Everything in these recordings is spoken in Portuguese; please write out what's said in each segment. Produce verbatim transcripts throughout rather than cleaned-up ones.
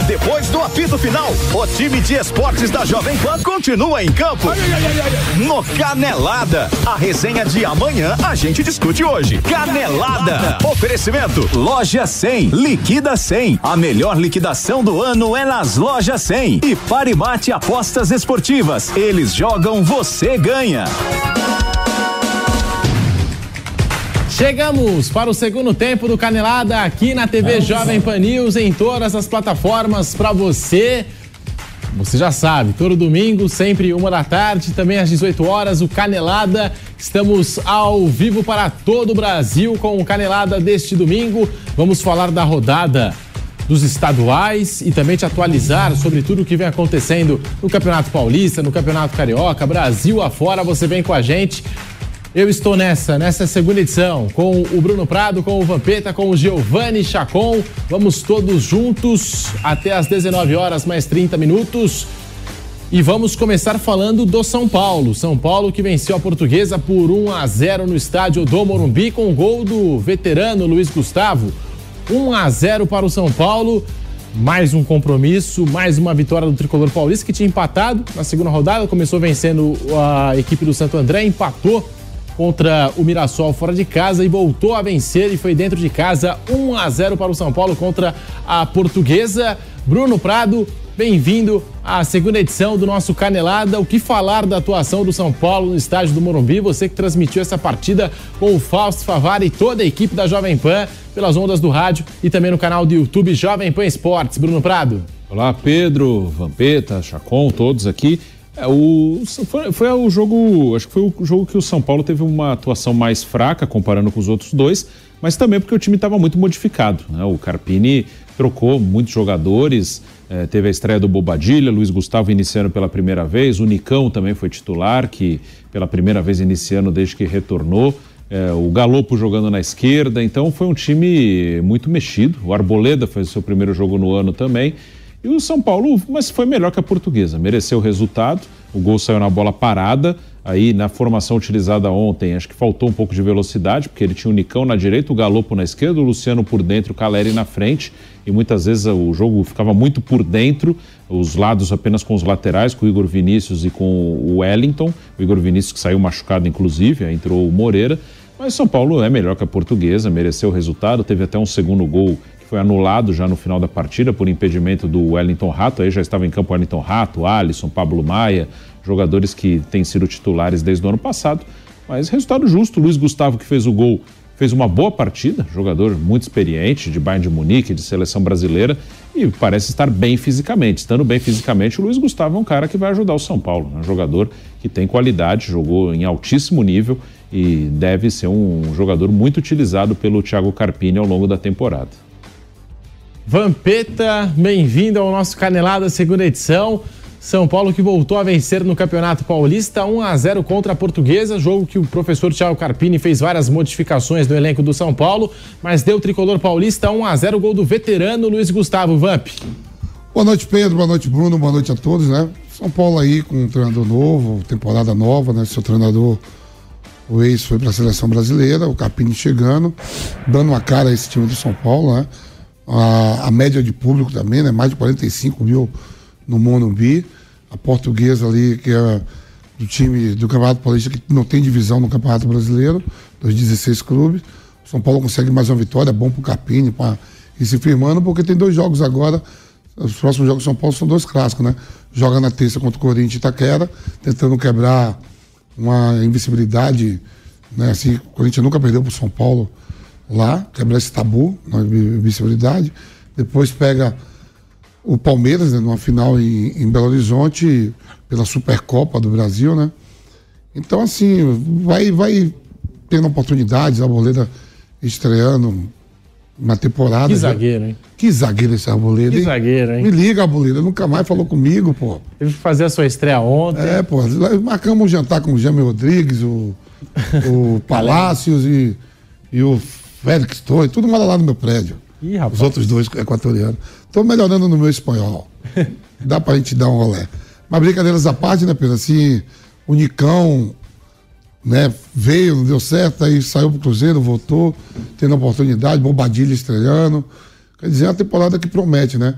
Depois do apito final, o time de esportes da Jovem Pan continua em campo. Ai, ai, ai, ai. No Canelada, a resenha de amanhã a gente discute hoje. Canelada. Oferecimento Loja cem, liquida cem. A melhor liquidação do ano é nas Lojas cem. E Parimate Apostas Esportivas. Eles jogam, você ganha. Chegamos para o segundo tempo do Canelada aqui na T V Jovem Pan News, em todas as plataformas para você. Você já sabe, todo domingo, sempre uma da tarde, também às dezoito horas, o Canelada. Estamos ao vivo para todo o Brasil com o Canelada deste domingo. Vamos falar da rodada dos estaduais e também te atualizar sobre tudo o que vem acontecendo no Campeonato Paulista, no Campeonato Carioca, Brasil afora. Você vem com a gente. Eu estou nessa, nessa segunda edição, com o Bruno Prado, com o Vampeta, com o Giovanni Chacon. Vamos todos juntos até às dezenove horas, mais trinta minutos. E vamos começar falando do São Paulo. São Paulo que venceu a Portuguesa por um a zero no estádio do Morumbi, com o gol do veterano Luiz Gustavo. um a zero para o São Paulo. Mais um compromisso, mais uma vitória do Tricolor Paulista, que tinha empatado na segunda rodada. Começou vencendo a equipe do Santo André, empatou contra o Mirassol fora de casa e voltou a vencer, e foi dentro de casa. Um a zero para o São Paulo contra a Portuguesa. Bruno Prado, bem-vindo à segunda edição do nosso Canelada. O que falar da atuação do São Paulo no estádio do Morumbi? Você que transmitiu essa partida com o Fausto Favara e toda a equipe da Jovem Pan pelas ondas do rádio e também no canal do YouTube Jovem Pan Esportes. Bruno Prado. Olá, Pedro, Vampeta, Chacon, todos aqui. É, o, foi, foi o jogo, acho que foi o jogo que o São Paulo teve uma atuação mais fraca comparando com os outros dois, mas também porque o time estava muito modificado, né? O Carpini trocou muitos jogadores, é, teve a estreia do Bobadilha, Luiz Gustavo iniciando pela primeira vez, o Nicão também foi titular, que pela primeira vez iniciando desde que retornou, é, o Galopo jogando na esquerda, então foi um time muito mexido. O Arboleda fez o seu primeiro jogo no ano também. E o São Paulo, mas foi melhor que a Portuguesa, mereceu o resultado, o gol saiu na bola parada, aí na formação utilizada ontem, acho que faltou um pouco de velocidade, porque ele tinha o Nicão na direita, o Galopo na esquerda, o Luciano por dentro, o Caleri na frente, e muitas vezes o jogo ficava muito por dentro, os lados apenas com os laterais, com o Igor Vinícius e com o Wellington, o Igor Vinícius que saiu machucado inclusive, aí entrou o Moreira, mas São Paulo é melhor que a Portuguesa, mereceu o resultado, teve até um segundo gol foi anulado já no final da partida por impedimento do Wellington Rato, aí já estava em campo o Wellington Rato, Alisson, Pablo Maia, jogadores que têm sido titulares desde o ano passado, mas resultado justo. Luiz Gustavo, que fez o gol, fez uma boa partida, jogador muito experiente, de Bayern de Munique, de seleção brasileira, e parece estar bem fisicamente. Estando bem fisicamente, o Luiz Gustavo é um cara que vai ajudar o São Paulo, né? Um jogador que tem qualidade, jogou em altíssimo nível e deve ser um jogador muito utilizado pelo Thiago Carpini ao longo da temporada. Vampeta, bem-vindo ao nosso Canelada, segunda edição. São Paulo que voltou a vencer no Campeonato Paulista, um a zero contra a Portuguesa, jogo que o professor Thiago Carpini fez várias modificações no elenco do São Paulo, mas deu o Tricolor Paulista um a zero, gol do veterano Luiz Gustavo. Vamp. Boa noite, Pedro, boa noite, Bruno, boa noite a todos, né? São Paulo aí com um treinador novo, temporada nova, né? Seu treinador, o ex, foi para a seleção brasileira, o Carpini chegando, dando uma cara a esse time do São Paulo, né? A, a média de público também, né? Mais de quarenta e cinco mil no Morumbi. A Portuguesa ali, que é do time do Campeonato Paulista, que não tem divisão no Campeonato Brasileiro, dos dezesseis clubes. O São Paulo consegue mais uma vitória, é bom pro Carpini para ir se firmando, porque tem dois jogos agora. Os próximos jogos do São Paulo são dois clássicos, né? Joga na terça contra o Corinthians e Itaquera, tentando quebrar uma invencibilidade, né? Assim, o Corinthians nunca perdeu pro São Paulo lá, quebrar esse tabu na invencibilidade. Depois pega o Palmeiras, né, numa final em, em Belo Horizonte, pela Supercopa do Brasil, né? Então, assim, vai, vai tendo oportunidades, a Arboleda estreando na temporada. Que zagueiro, hein? Que zagueiro esse Arboleda, Que hein? zagueiro, hein? Me liga, Arboleda, nunca mais falou comigo, pô. Teve que fazer a sua estreia ontem. É, pô, marcamos um jantar com o Jaime Rodrigues, o, o Palácios e, e o Félix Torres, tudo mora lá no meu prédio. Ih, rapaz. Os outros dois equatorianos. Estou melhorando no meu espanhol. Dá pra gente dar um rolé. Mas brincadeiras à parte, né, Pedro? Assim, o Nicão, né, veio, não deu certo, aí saiu pro Cruzeiro, voltou, tendo oportunidade, Bobadilha estreando. Quer dizer, é uma temporada que promete, né?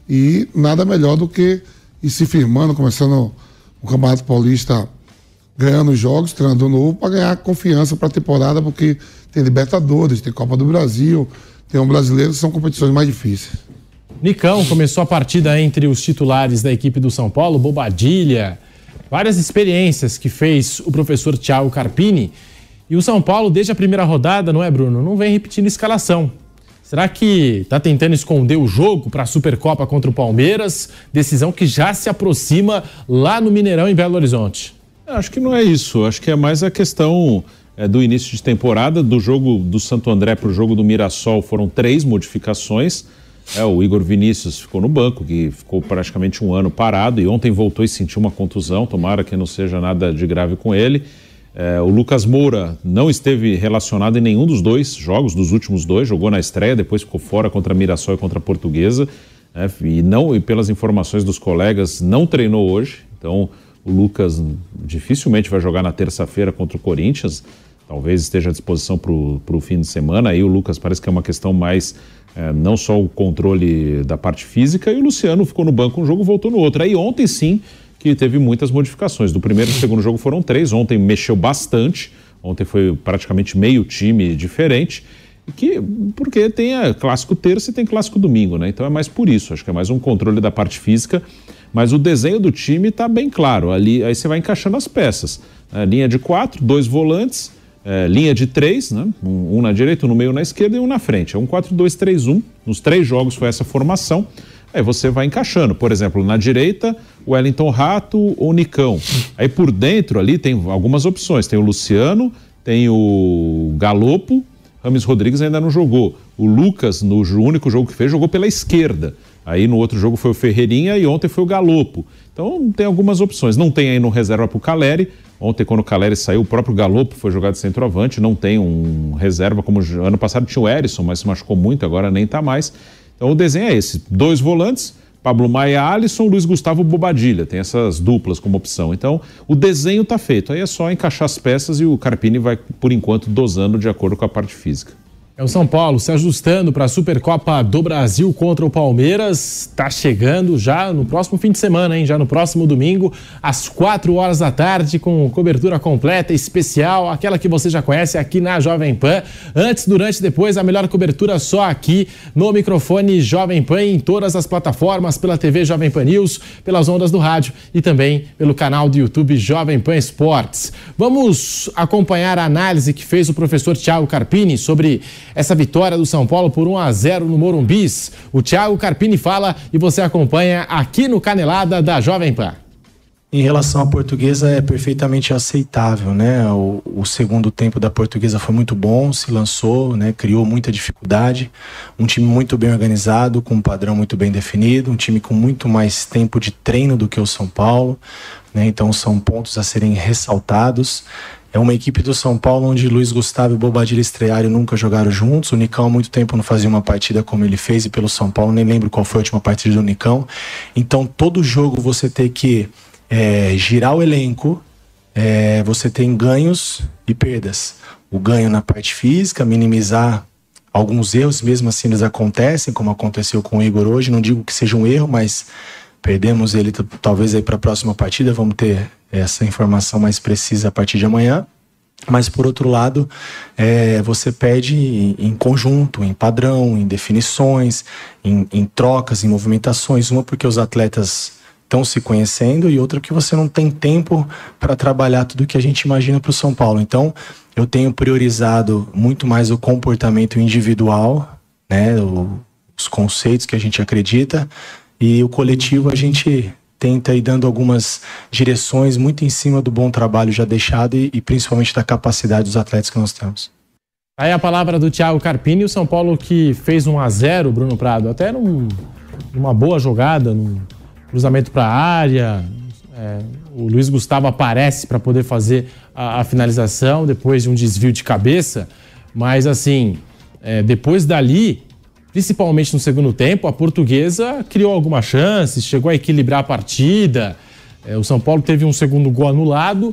E nada melhor do que ir se firmando, começando o Campeonato Paulista, ganhando jogos, treinador novo, para ganhar confiança para a temporada, porque tem Libertadores, tem Copa do Brasil, tem um brasileiro, que são competições mais difíceis. Nicão começou a partida entre os titulares da equipe do São Paulo, Bobadilha, várias experiências que fez o professor Thiago Carpini. E o São Paulo, desde a primeira rodada, não é, Bruno? Não vem repetindo escalação. Será que está tentando esconder o jogo para a Supercopa contra o Palmeiras? Decisão que já se aproxima lá no Mineirão, em Belo Horizonte. Acho que não é isso. Acho que é mais a questão é, do início de temporada. Do jogo do Santo André para o jogo do Mirassol foram três modificações. É, o Igor Vinícius ficou no banco, que ficou praticamente um ano parado, e ontem voltou e sentiu uma contusão. Tomara que não seja nada de grave com ele. É, o Lucas Moura não esteve relacionado em nenhum dos dois jogos, dos últimos dois, jogou na estreia, depois ficou fora contra a Mirassol e contra a Portuguesa, né, e, não, e pelas informações dos colegas, não treinou hoje. Então o Lucas dificilmente vai jogar na terça-feira contra o Corinthians, talvez esteja à disposição para o fim de semana. Aí o Lucas parece que é uma questão mais, é, não só o controle da parte física, e o Luciano ficou no banco um jogo, voltou no outro. Aí ontem sim que teve muitas modificações. Do primeiro e do segundo jogo foram três. Ontem mexeu bastante. Ontem foi praticamente meio time diferente. Que, porque tem a clássico terça e tem clássico domingo, né? Então é mais por isso. Acho que é mais um controle da parte física. Mas o desenho do time está bem claro. Ali, aí você vai encaixando as peças. É, linha de quatro, dois volantes, é, linha de três, né? Um, um na direita, um no meio, um na esquerda e um na frente. É um quatro dois três um. Nos três jogos foi essa formação. Aí você vai encaixando, por exemplo, na direita, o Wellington Rato ou Nicão. Aí por dentro ali tem algumas opções, tem o Luciano, tem o Galopo, Rames Rodrigues ainda não jogou. O Lucas, no único jogo que fez, jogou pela esquerda. Aí no outro jogo foi o Ferreirinha e ontem foi o Galopo. Então tem algumas opções. Não tem aí no reserva para o Caleri. Ontem, quando o Caleri saiu, o próprio Galopo foi jogado de centroavante. Não tem um reserva, como ano passado tinha o Erisson, mas se machucou muito, agora nem está mais. Então o desenho é esse, dois volantes, Pablo Maia, Alisson, Luiz Gustavo, Bobadilha, tem essas duplas como opção. Então o desenho está feito, aí é só encaixar as peças e o Carpini vai, por enquanto, dosando de acordo com a parte física. É o São Paulo se ajustando para a Supercopa do Brasil contra o Palmeiras. Está chegando já no próximo fim de semana, hein? Já no próximo domingo, às quatro horas da tarde, com cobertura completa, especial, aquela que você já conhece aqui na Jovem Pan. Antes, durante e depois, a melhor cobertura só aqui no microfone Jovem Pan, em todas as plataformas, pela T V Jovem Pan News, pelas ondas do rádio e também pelo canal do YouTube Jovem Pan Esportes. Vamos acompanhar a análise que fez o professor Thiago Carpini sobre essa vitória do São Paulo por um a zero no Morumbis. O Thiago Carpini fala e você acompanha aqui no Canelada da Jovem Pan. Em relação à Portuguesa, é perfeitamente aceitável, né? O, o segundo tempo da Portuguesa foi muito bom, se lançou, né? Criou muita dificuldade. Um time muito bem organizado, com um padrão muito bem definido, um time com muito mais tempo de treino do que o São Paulo, né? Então são pontos a serem ressaltados. É uma equipe do São Paulo onde Luiz Gustavo e Bobadilha estrearam e nunca jogaram juntos. O Nicão há muito tempo não fazia uma partida como ele fez, e pelo São Paulo nem lembro qual foi a última partida do Nicão. Então todo jogo você tem que é, girar o elenco, é, você tem ganhos e perdas. O ganho na parte física, minimizar alguns erros, mesmo assim eles acontecem, como aconteceu com o Igor hoje. Não digo que seja um erro, mas perdemos ele talvez aí para a próxima partida, vamos ter essa informação mais precisa a partir de amanhã. Mas por outro lado, é, você perde em, em conjunto, em padrão, em definições, em, em trocas, em movimentações. Uma porque os atletas estão se conhecendo, e outra que você não tem tempo para trabalhar tudo que a gente imagina para o São Paulo. Então eu tenho priorizado muito mais o comportamento individual, né, o, os conceitos que a gente acredita, e o coletivo a gente tenta ir dando algumas direções muito em cima do bom trabalho já deixado e, e principalmente da capacidade dos atletas que nós temos. Aí a palavra do Thiago Carpini, o São Paulo que fez um a zero, Bruno Prado, até num, numa boa jogada, num cruzamento para a área. É, o Luiz Gustavo aparece para poder fazer a, a finalização depois de um desvio de cabeça, mas assim, é, depois dali, principalmente no segundo tempo, a Portuguesa criou algumas chances, chegou a equilibrar a partida. É, o São Paulo teve um segundo gol anulado,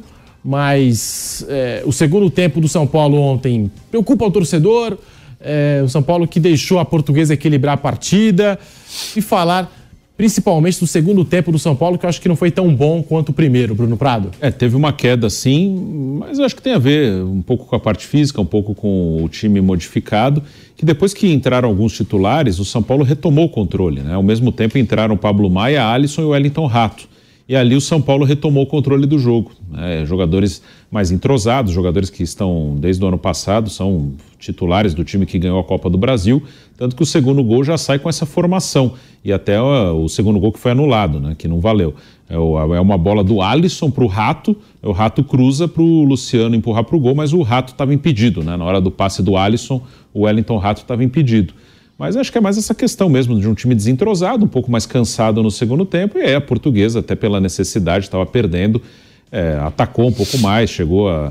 mas é, o segundo tempo do São Paulo ontem preocupa o torcedor. É, o São Paulo que deixou a Portuguesa equilibrar a partida. E falar principalmente do segundo tempo do São Paulo, que eu acho que não foi tão bom quanto o primeiro, Bruno Prado. É, teve uma queda sim, mas eu acho que tem a ver um pouco com a parte física, um pouco com o time modificado, que depois que entraram alguns titulares, o São Paulo retomou o controle, né? Ao mesmo tempo entraram Pablo Maia, Alisson e o Wellington Rato. E ali o São Paulo retomou o controle do jogo, né? Jogadores mais entrosados, jogadores que estão desde o ano passado, são titulares do time que ganhou a Copa do Brasil, tanto que o segundo gol já sai com essa formação, e até o, o segundo gol que foi anulado, né? Que não valeu. É, o, é uma bola do Alisson para o Rato, o Rato cruza para o Luciano empurrar para o gol, mas o Rato estava impedido, né? Na hora do passe do Alisson, o Wellington Rato estava impedido. Mas acho que é mais essa questão mesmo de um time desentrosado, um pouco mais cansado no segundo tempo, e aí a Portuguesa, até pela necessidade, estava perdendo, é, atacou um pouco mais, chegou a,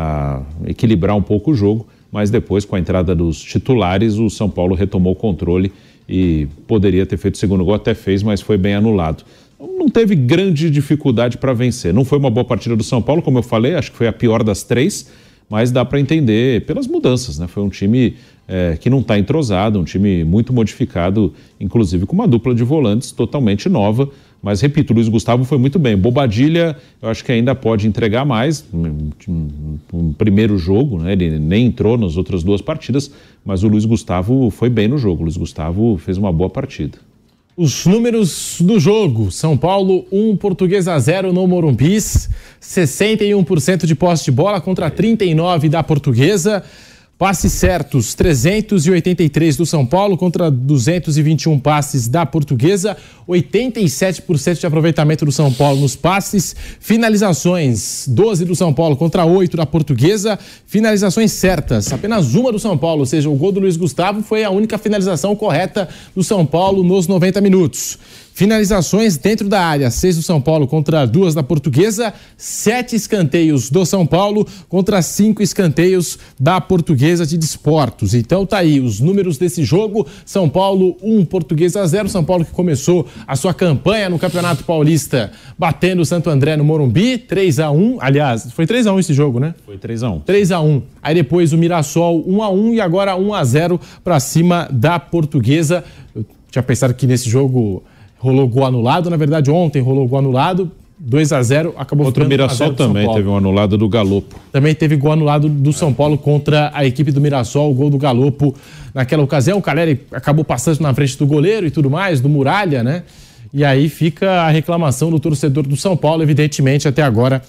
a equilibrar um pouco o jogo, mas depois, com a entrada dos titulares, o São Paulo retomou o controle e poderia ter feito o segundo gol, até fez, mas foi bem anulado. Não teve grande dificuldade para vencer. Não foi uma boa partida do São Paulo, como eu falei, acho que foi a pior das três, mas dá para entender pelas mudanças, né? Foi um time é, que não está entrosado, um time muito modificado, inclusive com uma dupla de volantes totalmente nova, mas repito, o Luiz Gustavo foi muito bem. Bobadilha, eu acho que ainda pode entregar mais, um, um primeiro jogo, né? Ele nem entrou nas outras duas partidas, mas o Luiz Gustavo foi bem no jogo, o Luiz Gustavo fez uma boa partida. Os números do jogo: São Paulo um, Portuguesa zero no Morumbi, sessenta e um por cento de posse de bola contra trinta e nove por cento da Portuguesa. Passes certos, trezentos e oitenta e três do São Paulo contra duzentos e vinte e um passes da Portuguesa, oitenta e sete por cento de aproveitamento do São Paulo nos passes. Finalizações, doze do São Paulo contra oito da Portuguesa. Finalizações certas, apenas uma do São Paulo, ou seja, o gol do Luiz Gustavo foi a única finalização correta do São Paulo nos noventa minutos. Finalizações dentro da área, seis do São Paulo contra duas da Portuguesa, sete escanteios do São Paulo contra cinco escanteios da Portuguesa de Desportos. Então tá aí os números desse jogo: São Paulo um, Portuguesa zero. São Paulo que começou a sua campanha no Campeonato Paulista batendo o Santo André no Morumbi, três a um. Aliás, foi três a um esse jogo, né? Foi três a um. três a um. Aí depois o Mirassol um a um e agora um a zero para cima da Portuguesa. Eu tinha pensado que nesse jogo rolou gol anulado, na verdade ontem rolou gol anulado, dois a zero, acabou Outro Mirassol também teve um anulado do Galopo. Também teve gol anulado do São Paulo contra a equipe do Mirassol, o gol do Galopo naquela ocasião. O Caleri acabou passando na frente do goleiro e tudo mais, do Muralha, né? E aí fica a reclamação do torcedor do São Paulo, evidentemente, até agora,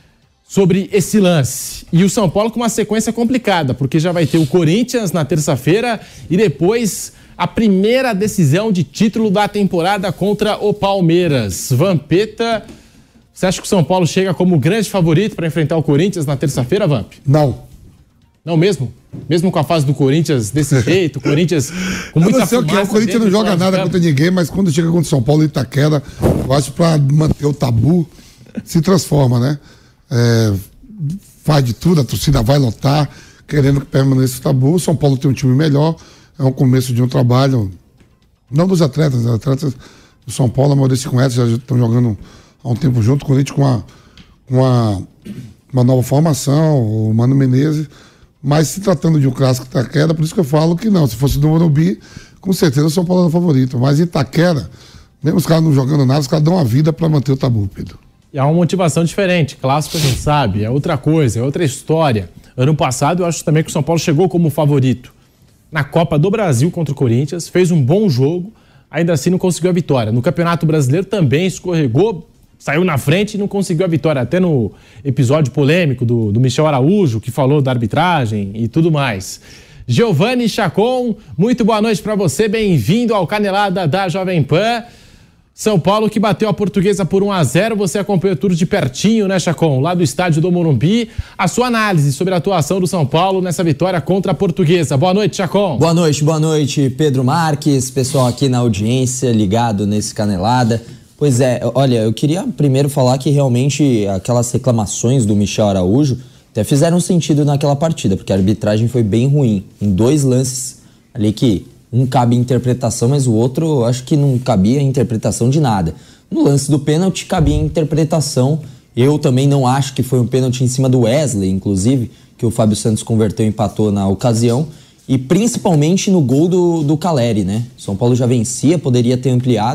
sobre esse lance. E o São Paulo com uma sequência complicada, porque já vai ter o Corinthians na terça-feira e depois a primeira decisão de título da temporada contra o Palmeiras. Vampeta, você acha que o São Paulo chega como grande favorito para enfrentar o Corinthians na terça-feira, Vamp? Não. Não mesmo? Mesmo com a fase do Corinthians desse jeito, o Corinthians com muita eu não sei o que é, o Corinthians não joga nada contra ninguém, mas quando chega contra o São Paulo e Itaquera, eu acho que para manter o tabu, se transforma, né? É, faz de tudo, a torcida vai lotar, querendo que permaneça o tabu. O São Paulo tem um time melhor, é um começo de um trabalho, não dos atletas, os atletas do São Paulo, a maioria se conhece, já estão jogando há um tempo junto, o Corinthians com uma, com uma, uma nova formação, o Mano Menezes, mas se tratando de um clássico Itaquera, por isso que eu falo que não, se fosse do Morumbi, com certeza o São Paulo é o favorito, mas Itaquera, mesmo os caras não jogando nada, os caras dão a vida para manter o tabu, Pedro. E há uma motivação diferente, clássico a gente sabe, é outra coisa, é outra história. Ano passado eu acho também que o São Paulo chegou como favorito na Copa do Brasil contra o Corinthians, fez um bom jogo, ainda assim não conseguiu a vitória. No Campeonato Brasileiro também escorregou, saiu na frente e não conseguiu a vitória. Até no episódio polêmico do, do Michel Araújo, que falou da arbitragem e tudo mais. Giovanni Chacon, muito boa noite para você, bem-vindo ao Canelada da Jovem Pan. São Paulo que bateu a Portuguesa por um a zero, você acompanhou tudo de pertinho, né, Chacon? Lá do estádio do Morumbi. A sua análise sobre a atuação do São Paulo nessa vitória contra a Portuguesa. Boa noite, Chacon. Boa noite, boa noite, Pedro Marques, pessoal aqui na audiência, ligado nesse Canelada. Pois é, olha, eu queria primeiro falar que realmente aquelas reclamações do Michel Araújo até fizeram sentido naquela partida, porque a arbitragem foi bem ruim, em dois lances ali que um cabe interpretação, mas o outro acho que não cabia interpretação de nada. No lance do pênalti cabia interpretação. Eu também não acho que foi um pênalti em cima do Wesley, inclusive, que o Fábio Santos converteu e empatou na ocasião. E principalmente no gol do, do Caleri, né? São Paulo já vencia, poderia ter ampliado.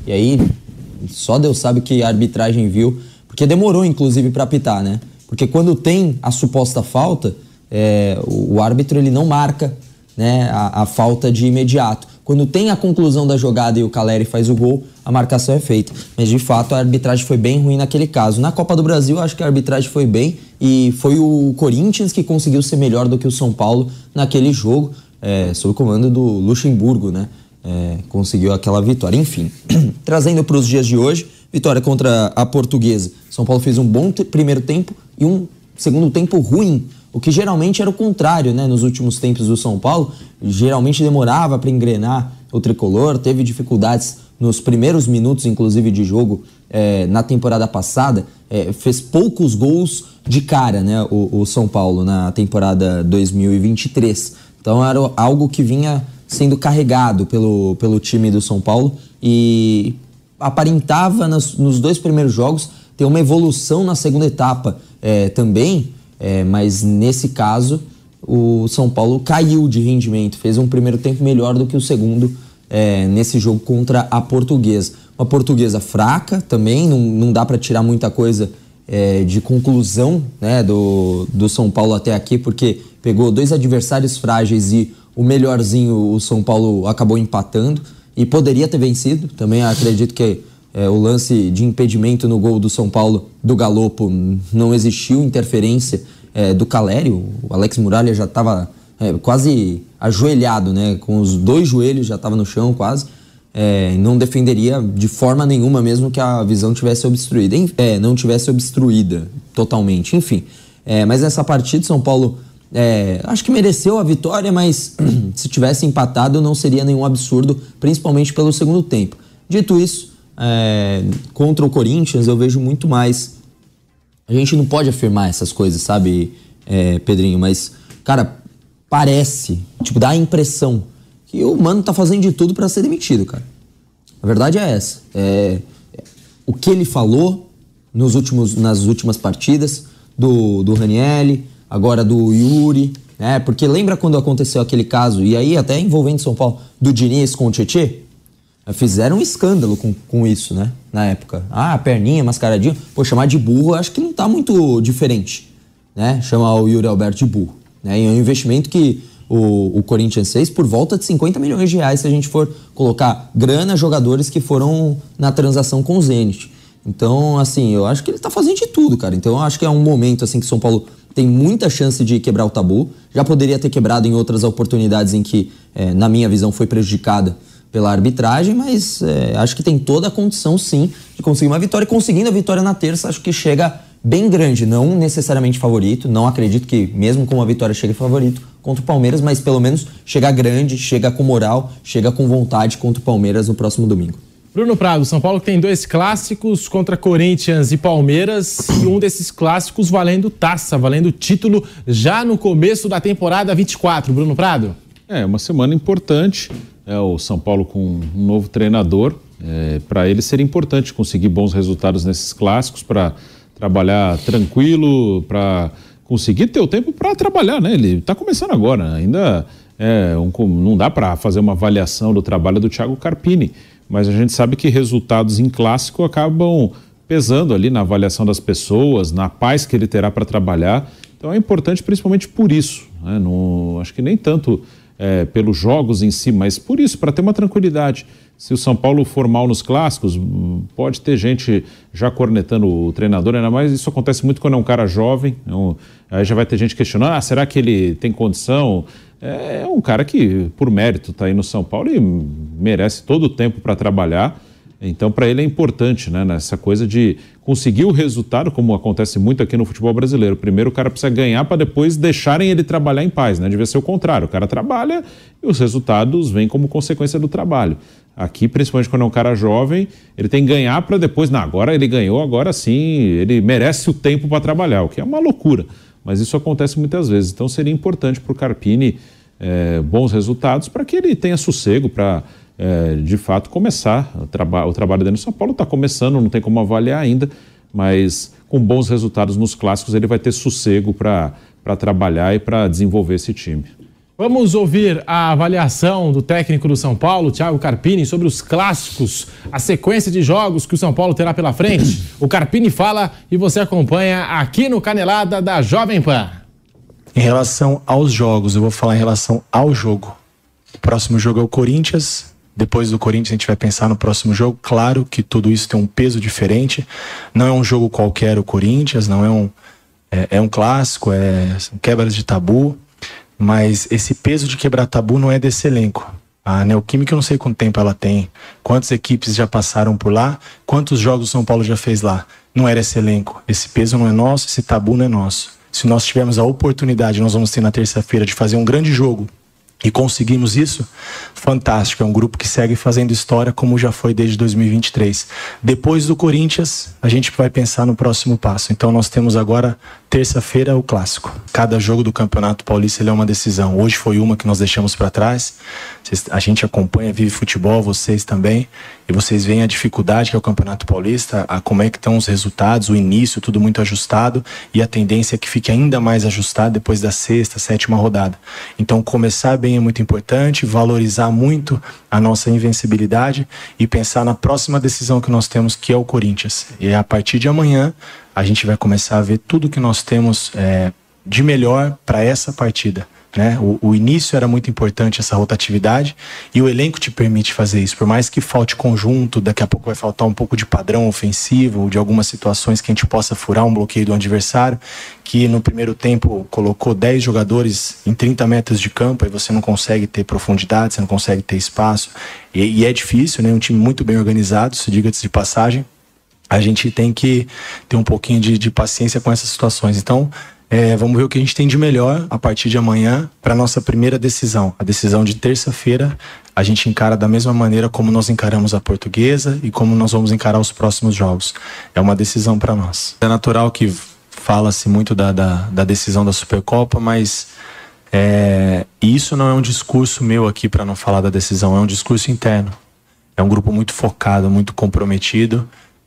E aí, só Deus sabe o que a arbitragem viu, porque demorou, inclusive, para apitar, né? Porque quando tem a suposta falta, é, o, o árbitro ele não marca, né, a, a falta de imediato. Quando tem a conclusão da jogada e o Caleri faz o gol, a marcação é feita. Mas, de fato, a arbitragem foi bem ruim naquele caso. Na Copa do Brasil, eu acho que a arbitragem foi bem e foi o Corinthians que conseguiu ser melhor do que o São Paulo naquele jogo, é, sob o comando do Luxemburgo, né? É, conseguiu aquela vitória. Enfim, trazendo para os dias de hoje, vitória contra a Portuguesa. São Paulo fez um bom te- primeiro tempo e um segundo tempo ruim, o que geralmente era o contrário, né? Nos últimos tempos do São Paulo, geralmente demorava para engrenar o tricolor, teve dificuldades nos primeiros minutos, inclusive, de jogo é, na temporada passada, é, fez poucos gols de cara, né? O, o São Paulo na temporada dois mil e vinte e três. Então era algo que vinha sendo carregado pelo, pelo time do São Paulo e aparentava nos, nos dois primeiros jogos ter uma evolução na segunda etapa é, também, é, mas nesse caso o São Paulo caiu de rendimento, fez um primeiro tempo melhor do que o segundo é, nesse jogo contra a Portuguesa. Uma Portuguesa fraca também, não, não dá para tirar muita coisa é, de conclusão, né, do, do São Paulo até aqui, porque pegou dois adversários frágeis e o melhorzinho o São Paulo acabou empatando e poderia ter vencido. Também acredito que é, o lance de impedimento no gol do São Paulo do Galopo não existiu interferência é, do Caleri. O Alex Muralha já estava é, quase ajoelhado, né, com os dois joelhos, já estava no chão quase. É, não defenderia de forma nenhuma mesmo que a visão tivesse obstruída, é, não tivesse obstruída totalmente, enfim. É, mas nessa partida São Paulo é, acho que mereceu a vitória, mas se tivesse empatado não seria nenhum absurdo, principalmente pelo segundo tempo. Dito isso, é, contra o Corinthians eu vejo muito mais. A gente não pode afirmar essas coisas, sabe, é, Pedrinho, mas, cara, parece, tipo, dá a impressão que o Mano tá fazendo de tudo para ser demitido, cara. A verdade é essa. É, o que ele falou nos últimos, nas últimas partidas do, do Ranieri, agora do Yuri, né? Porque lembra quando aconteceu aquele caso, e aí até envolvendo São Paulo, do Diniz com o Tietê? Fizeram um escândalo com, com isso, né? Na época. Ah, perninha, mascaradinho. Pô, chamar de burro acho que não tá muito diferente, né? Chamar o Yuri Alberto de burro, né? E é um investimento que O, o Corinthians fez por volta de cinquenta milhões de reais se a gente for colocar grana, jogadores que foram na transação com o Zenit. Então, assim, eu acho que ele tá fazendo de tudo, cara. Então, eu acho que é um momento, assim, que São Paulo tem muita chance de quebrar o tabu. Já poderia ter quebrado em outras oportunidades em que, é, na minha visão, foi prejudicada pela arbitragem, mas é, acho que tem toda a condição, sim, de conseguir uma vitória. E conseguindo a vitória na terça, acho que chega bem grande, não necessariamente favorito. Não acredito que, mesmo com uma vitória, chegue favorito contra o Palmeiras, mas pelo menos chega grande, chega com moral, chega com vontade contra o Palmeiras no próximo domingo. Bruno Prado, São Paulo tem dois clássicos contra Corinthians e Palmeiras e um desses clássicos valendo taça, valendo título já no começo da temporada vinte e quatro. Bruno Prado? É, uma semana importante, é, o São Paulo com um novo treinador, é, para ele seria importante conseguir bons resultados nesses clássicos, para trabalhar tranquilo, para conseguir ter o tempo para trabalhar, né? Ele está começando agora, ainda é um, não dá para fazer uma avaliação do trabalho do Thiago Carpini, mas a gente sabe que resultados em clássico acabam pesando ali na avaliação das pessoas, na paz que ele terá para trabalhar. Então é importante principalmente por isso, né? Não, acho que nem tanto é, pelos jogos em si, mas por isso, para ter uma tranquilidade. Se o São Paulo for mal nos clássicos, pode ter gente já cornetando o treinador, ainda mais isso acontece muito quando é um cara jovem, é um, aí já vai ter gente questionando, ah, será que ele tem condição? É um cara que, por mérito, está aí no São Paulo e merece todo o tempo para trabalhar. Então, para ele é importante, né, nessa coisa de conseguir o resultado, como acontece muito aqui no futebol brasileiro. Primeiro o cara precisa ganhar para depois deixarem ele trabalhar em paz, né? Devia ser o contrário, o cara trabalha e os resultados vêm como consequência do trabalho. Aqui, principalmente quando é um cara jovem, ele tem que ganhar para depois, não, agora ele ganhou, agora sim, ele merece o tempo para trabalhar, o que é uma loucura. Mas isso acontece muitas vezes. Então seria importante para o Carpini é, bons resultados para que ele tenha sossego para... É, de fato, começar o, traba- o trabalho dele no São Paulo. Está começando, não tem como avaliar ainda, mas com bons resultados nos clássicos ele vai ter sossego para trabalhar e para desenvolver esse time. Vamos ouvir a avaliação do técnico do São Paulo, Thiago Carpini, sobre os clássicos, a sequência de jogos que o São Paulo terá pela frente. O Carpini fala e você acompanha aqui no Canelada da Jovem Pan. Em relação aos jogos, eu vou falar em relação ao jogo. O próximo jogo é o Corinthians. Depois do Corinthians a gente vai pensar no próximo jogo. Claro que tudo isso tem um peso diferente. Não é um jogo qualquer o Corinthians, não é um, é, é um clássico, é quebras de tabu. Mas esse peso de quebrar tabu não é desse elenco. A Neoquímica eu não sei quanto tempo ela tem, quantas equipes já passaram por lá, quantos jogos o São Paulo já fez lá. Não era esse elenco. Esse peso não é nosso, esse tabu não é nosso. Se nós tivermos a oportunidade, nós vamos ter na terça-feira de fazer um grande jogo e conseguimos isso, fantástico. É um grupo que segue fazendo história como já foi desde dois mil e vinte e três. Depois do Corinthians, a gente vai pensar no próximo passo. Então nós temos agora, terça-feira, o clássico. Cada jogo do Campeonato Paulista ele é uma decisão. Hoje foi uma que nós deixamos para trás. A gente acompanha, vive futebol, vocês também. E vocês veem a dificuldade que é o Campeonato Paulista, a como é que estão os resultados, o início, tudo muito ajustado. E a tendência é que fique ainda mais ajustado depois da sexta, sétima rodada. Então começar bem é muito importante, valorizar muito a nossa invencibilidade e pensar na próxima decisão que nós temos, que é o Corinthians. E a partir de amanhã a gente vai começar a ver tudo que nós temos é, de melhor para essa partida. Né? O, o início era muito importante, essa rotatividade, e o elenco te permite fazer isso. Por mais que falte conjunto, daqui a pouco vai faltar um pouco de padrão ofensivo, de algumas situações que a gente possa furar um bloqueio do adversário, que no primeiro tempo colocou dez jogadores em trinta metros de campo, e você não consegue ter profundidade, você não consegue ter espaço, e, e é difícil, né? Um time muito bem organizado, se diga-se de passagem. A gente tem que ter um pouquinho de, de paciência com essas situações. Então É, vamos ver o que a gente tem de melhor a partir de amanhã para a nossa primeira decisão. A decisão de terça-feira a gente encara da mesma maneira como nós encaramos a Portuguesa e como nós vamos encarar os próximos jogos. É uma decisão para nós. É natural que fala-se muito da, da, da decisão da Supercopa, mas é, isso não é um discurso meu aqui para não falar da decisão, é um discurso interno. É um grupo muito focado, muito comprometido,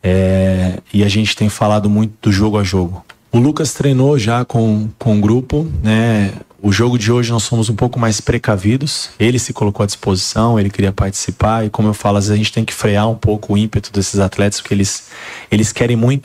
é, e a gente tem falado muito do jogo a jogo. O Lucas treinou já com, com o grupo, né? O jogo de hoje nós fomos um pouco mais precavidos. Ele se colocou à disposição, ele queria participar. E como eu falo, às vezes a gente tem que frear um pouco o ímpeto desses atletas, porque eles, eles querem muito.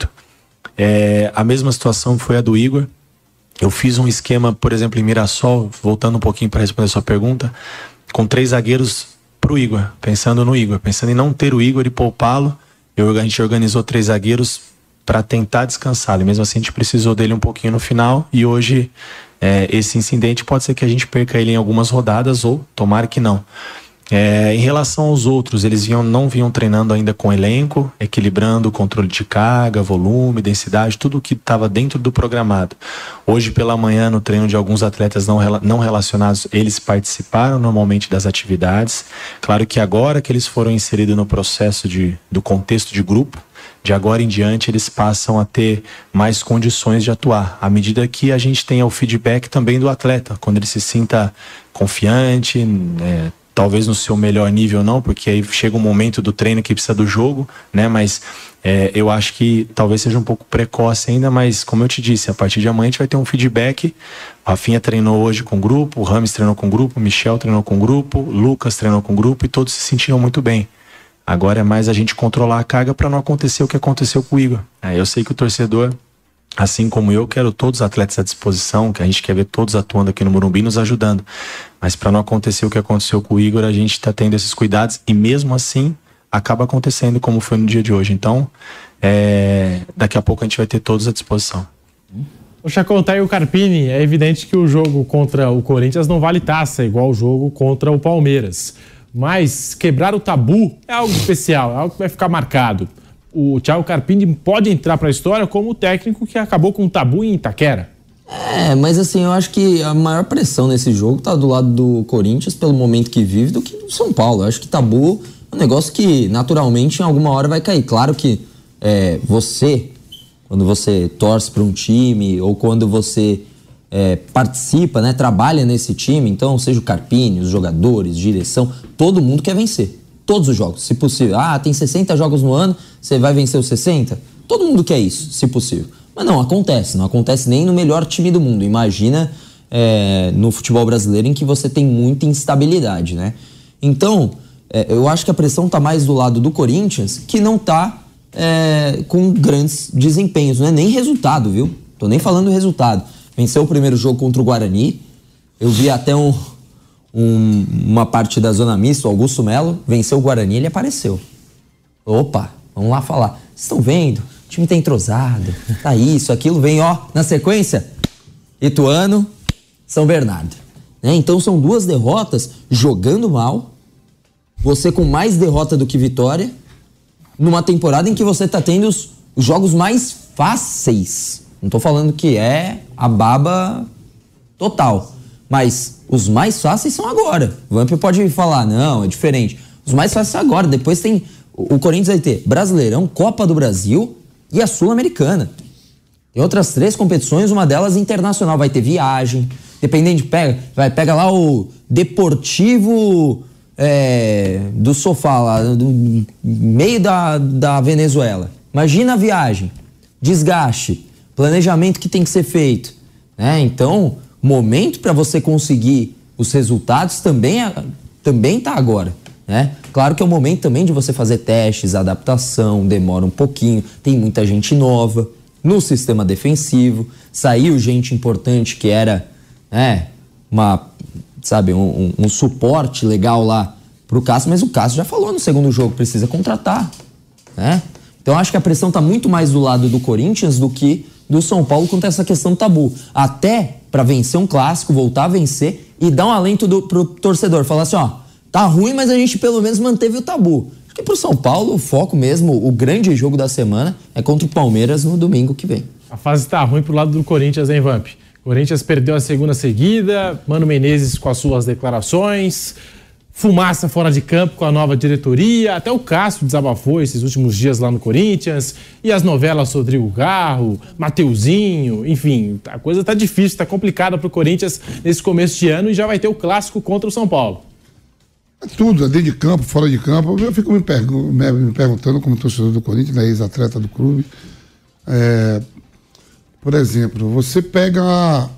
É, a mesma situação foi a do Igor. Eu fiz um esquema, por exemplo, em Mirassol, voltando um pouquinho para responder a sua pergunta, com três zagueiros pro Igor, pensando no Igor, pensando em não ter o Igor e poupá-lo. Eu, a gente organizou três zagueiros para tentar descansar. E mesmo assim a gente precisou dele um pouquinho no final, e hoje é, esse incidente pode ser que a gente perca ele em algumas rodadas, ou tomara que não. É, em relação aos outros, eles vinham, não vinham treinando ainda com elenco, equilibrando o controle de carga, volume, densidade, tudo o que estava dentro do programado. Hoje pela manhã, no treino de alguns atletas não, não relacionados, eles participaram normalmente das atividades. Claro que agora que eles foram inseridos no processo de, do contexto de grupo, de agora em diante eles passam a ter mais condições de atuar, à medida que a gente tenha o feedback também do atleta, quando ele se sinta confiante, né, talvez no seu melhor nível não, porque aí chega um momento do treino que precisa do jogo, né? Mas é, eu acho que talvez seja um pouco precoce ainda, mas como eu te disse, a partir de amanhã a gente vai ter um feedback. O Rafinha treinou hoje com o grupo, o Rames treinou com o grupo, o Michel treinou com o grupo, o Lucas treinou com o grupo, e todos se sentiram muito bem. Agora é mais a gente controlar a carga para não acontecer o que aconteceu com o Igor. É, eu sei que o torcedor, assim como eu, quero todos os atletas à disposição, que a gente quer ver todos atuando aqui no Morumbi, nos ajudando. Mas para não acontecer o que aconteceu com o Igor, a gente está tendo esses cuidados, e mesmo assim acaba acontecendo como foi no dia de hoje. Então, é, daqui a pouco a gente vai ter todos à disposição. O Chacon, tá aí o Carpini. É evidente que o jogo contra o Corinthians não vale taça, igual o jogo contra o Palmeiras. Mas quebrar o tabu é algo especial, é algo que vai ficar marcado. O Thiago Carpini pode entrar para a história como o técnico que acabou com o tabu em Itaquera. É, mas assim, eu acho que a maior pressão nesse jogo tá do lado do Corinthians, pelo momento que vive, do que do São Paulo. Eu acho que tabu é um negócio que naturalmente em alguma hora vai cair. Claro que é, você, quando você torce para um time ou quando você é, participa, né, trabalha nesse time, então seja o Carpini, os jogadores, direção, todo mundo quer vencer. Todos os jogos, se possível. Ah, tem sessenta jogos no ano, você vai vencer os sessenta? Todo mundo quer isso, se possível. Mas não acontece, não acontece nem no melhor time do mundo. Imagina é, no futebol brasileiro em que você tem muita instabilidade, né? Então, é, eu acho que a pressão tá mais do lado do Corinthians, que não tá é, com grandes desempenhos, não é nem resultado, viu? Tô nem falando do resultado. Venceu o primeiro jogo contra o Guarani, eu vi até um, um, uma parte da zona mista, o Augusto Melo, venceu o Guarani, ele apareceu. Opa, vamos lá falar. Vocês estão vendo? O time tá entrosado, tá isso, aquilo, vem ó, na sequência, Ituano, São Bernardo. Né? Então são duas derrotas jogando mal, você com mais derrota do que vitória, numa temporada em que você tá tendo os, os jogos mais fáceis. Não tô falando que é a baba total, mas os mais fáceis são agora. O Vamp pode falar, não, é diferente. Os mais fáceis são agora, depois tem... O Corinthians vai ter Brasileirão, Copa do Brasil e a Sul-Americana. Tem outras três competições, uma delas internacional. Vai ter viagem, dependendo de pega, vai pega lá o Deportivo é, do Sofá, lá do meio da, da Venezuela. Imagina a viagem, desgaste, planejamento que tem que ser feito. Né? Então, momento para você conseguir os resultados também, é, também tá agora. Né? Claro que é o momento também de você fazer testes, adaptação, demora um pouquinho, tem muita gente nova no sistema defensivo, saiu gente importante que era né, uma, sabe, um, um, um suporte legal lá pro Cássio, mas o Cássio já falou no segundo jogo, precisa contratar. Né? Então acho que a pressão tá muito mais do lado do Corinthians do que do São Paulo quanto a essa questão do tabu. Até para vencer um clássico, voltar a vencer e dar um alento do, pro torcedor, falar assim, ó, tá ruim, mas a gente pelo menos manteve o tabu. Acho que pro São Paulo, o foco mesmo, o grande jogo da semana é contra o Palmeiras no domingo que vem. A fase tá ruim pro lado do Corinthians, hein, Vamp? Corinthians perdeu a segunda seguida, Mano Menezes com as suas declarações, fumaça fora de campo com a nova diretoria, até o Cássio desabafou esses últimos dias lá no Corinthians, e as novelas Rodrigo Garro, Mateuzinho, enfim, a coisa tá difícil, tá complicada pro Corinthians nesse começo de ano e já vai ter o clássico contra o São Paulo. É tudo, é dentro de campo, fora de campo. Eu fico me, pergu- me perguntando, como torcedor do Corinthians, né, ex-atleta do clube. É, por exemplo, você pega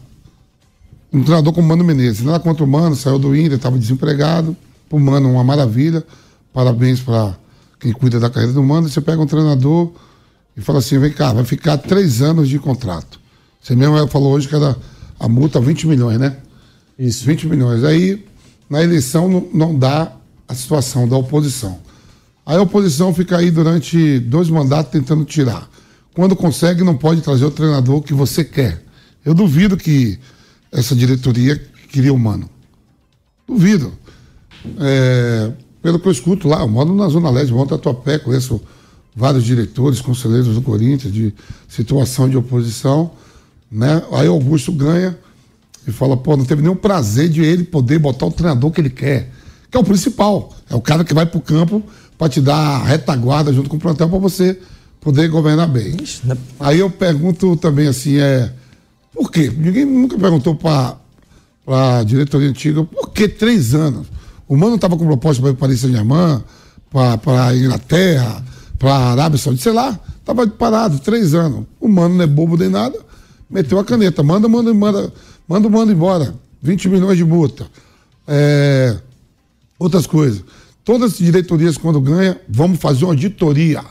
um treinador como Mano Menezes. Nada contra o Mano, saiu do Inter, estava desempregado. O Mano, uma maravilha. Parabéns para quem cuida da carreira do Mano. Você pega um treinador e fala assim: vem cá, vai ficar três anos de contrato. Você mesmo falou hoje que era a multa vinte milhões, né? Isso. vinte milhões. Aí. Na eleição não, não dá a situação da oposição. Aí a oposição fica aí durante dois mandatos tentando tirar. Quando consegue, não pode trazer o treinador que você quer. Eu duvido que essa diretoria queria o Mano. Duvido. É, pelo que eu escuto lá, eu moro na Zona Leste, moro no Tatuapé, conheço vários diretores, conselheiros do Corinthians, de situação de oposição. Né? Aí o Augusto ganha. E fala, pô, não teve nenhum prazer de ele poder botar o treinador que ele quer. Que é o principal. É o cara que vai pro campo para te dar a retaguarda junto com o plantel para você poder governar bem. Aí eu pergunto também assim, é... Por quê? Ninguém nunca perguntou para a diretoria antiga, por que três anos? O Mano estava com proposta para ir para Paris Saint-Germain, para a Inglaterra, para a Arábia Saudita, sei lá. Estava parado, três anos. O Mano não é bobo nem nada, meteu a caneta. Manda, manda, manda... Manda o Mano embora. vinte milhões de multa. É... Outras coisas. Todas as diretorias, quando ganham, vamos fazer uma auditoria.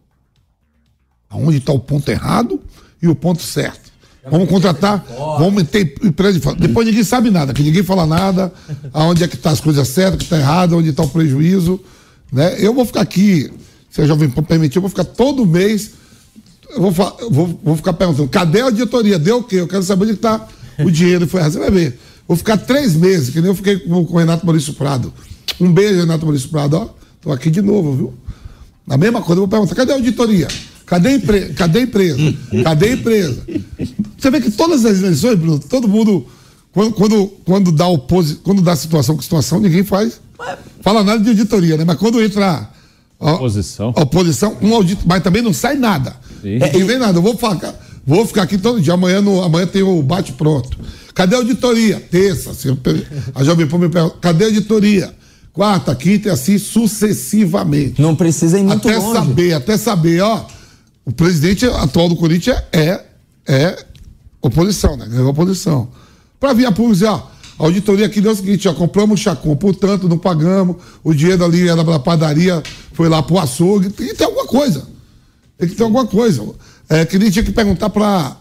Aonde está o ponto errado e o ponto certo. Vamos contratar, vamos meter empresa de fora. Depois ninguém sabe nada, que ninguém fala nada. Aonde é que está as coisas certas, que está errado, onde está o prejuízo. Né? Eu vou ficar aqui, se a Jovem Pan permitir, eu vou ficar todo mês. Eu vou, eu vou, vou ficar perguntando: cadê a auditoria? Deu o quê? Eu quero saber onde está o dinheiro. Foi, você vai ver. Vou ficar três meses, que nem eu fiquei com, com o Renato Maurício Prado. Um beijo, Renato Maurício Prado. Ó, tô aqui de novo, viu? Na mesma coisa, eu vou perguntar: cadê a auditoria? Cadê a, empre... cadê a empresa? Cadê a empresa? Você vê que todas as eleições, Bruno, todo mundo, quando, quando, quando, dá, oposi... quando dá situação com situação, ninguém faz. Fala nada de auditoria, né? Mas quando entra a oposição, oposição um audito... mas também não sai nada. É, não vem nada. Eu vou ficar, vou ficar aqui todo dia. Amanhã, no... Amanhã tem o bate-pronto. Cadê a auditoria? Terça. A Jovem Pan me pergunta: cadê a auditoria? Quarta, quinta e assim sucessivamente. Não precisa ir muito até longe. Até saber, até saber, ó. O presidente atual do Corinthians é, é oposição, né? Ganhou oposição. Pra vir a público dizer, ó, a auditoria aqui deu o seguinte, ó, compramos o Chacon, portanto, não pagamos, o dinheiro ali era da padaria, foi lá pro açougue, tem que ter alguma coisa. Tem que ter alguma coisa. É, que nem tinha que perguntar pra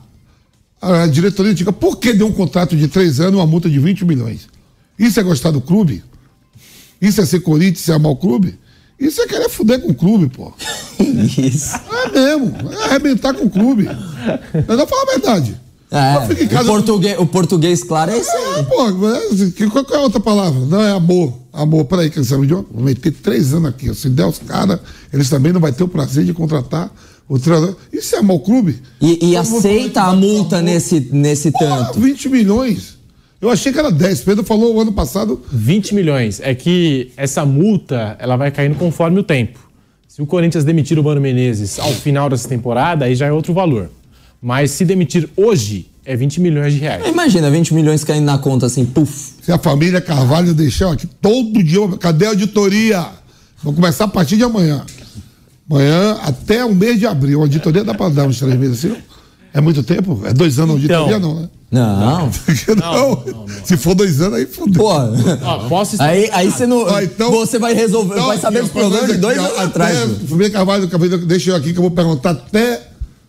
a diretoria antiga, por que deu um contrato de três anos e uma multa de vinte milhões? Isso é gostar do clube? Isso é ser Corinthians, isso é amar o clube? Isso é querer fuder com o clube, pô. Isso. É mesmo, é arrebentar com o clube. Mas não fala a verdade. É, casa... o, português, o português, claro, é isso aí. É, pô, qual, qual é a outra palavra? Não, é amor. Amor, peraí, que sabe de onde? Vou meter três anos aqui. Se der os caras, eles também não vão ter o prazer de contratar o treinador. Isso é amar o clube? E, e aceita a multa nesse, nesse pô, tanto. vinte milhões. Eu achei que era dez. Pedro falou o ano passado. vinte milhões. É que essa multa, ela vai caindo conforme o tempo. Se o Corinthians demitir o Mano Menezes ao final dessa temporada, aí já é outro valor. Mas se demitir hoje, é vinte milhões de reais. Imagina, vinte milhões caindo na conta assim, puf. Se a família Carvalho deixar aqui todo dia, cadê a auditoria? Vamos começar a partir de amanhã. Amanhã até o mês de abril. A auditoria dá para dar uns três meses assim? É muito tempo? É dois anos a auditoria, então, não, né? Não. Não. Não, não, não. Se for dois anos, aí fudeu. Pô, Ó, posso estar aí, aí você não. Ah, então- você vai resolver, Então, vai saber os aqui, problemas de dois aqui, anos até, atrás. Família Carvalho, deixa eu aqui que eu vou perguntar até,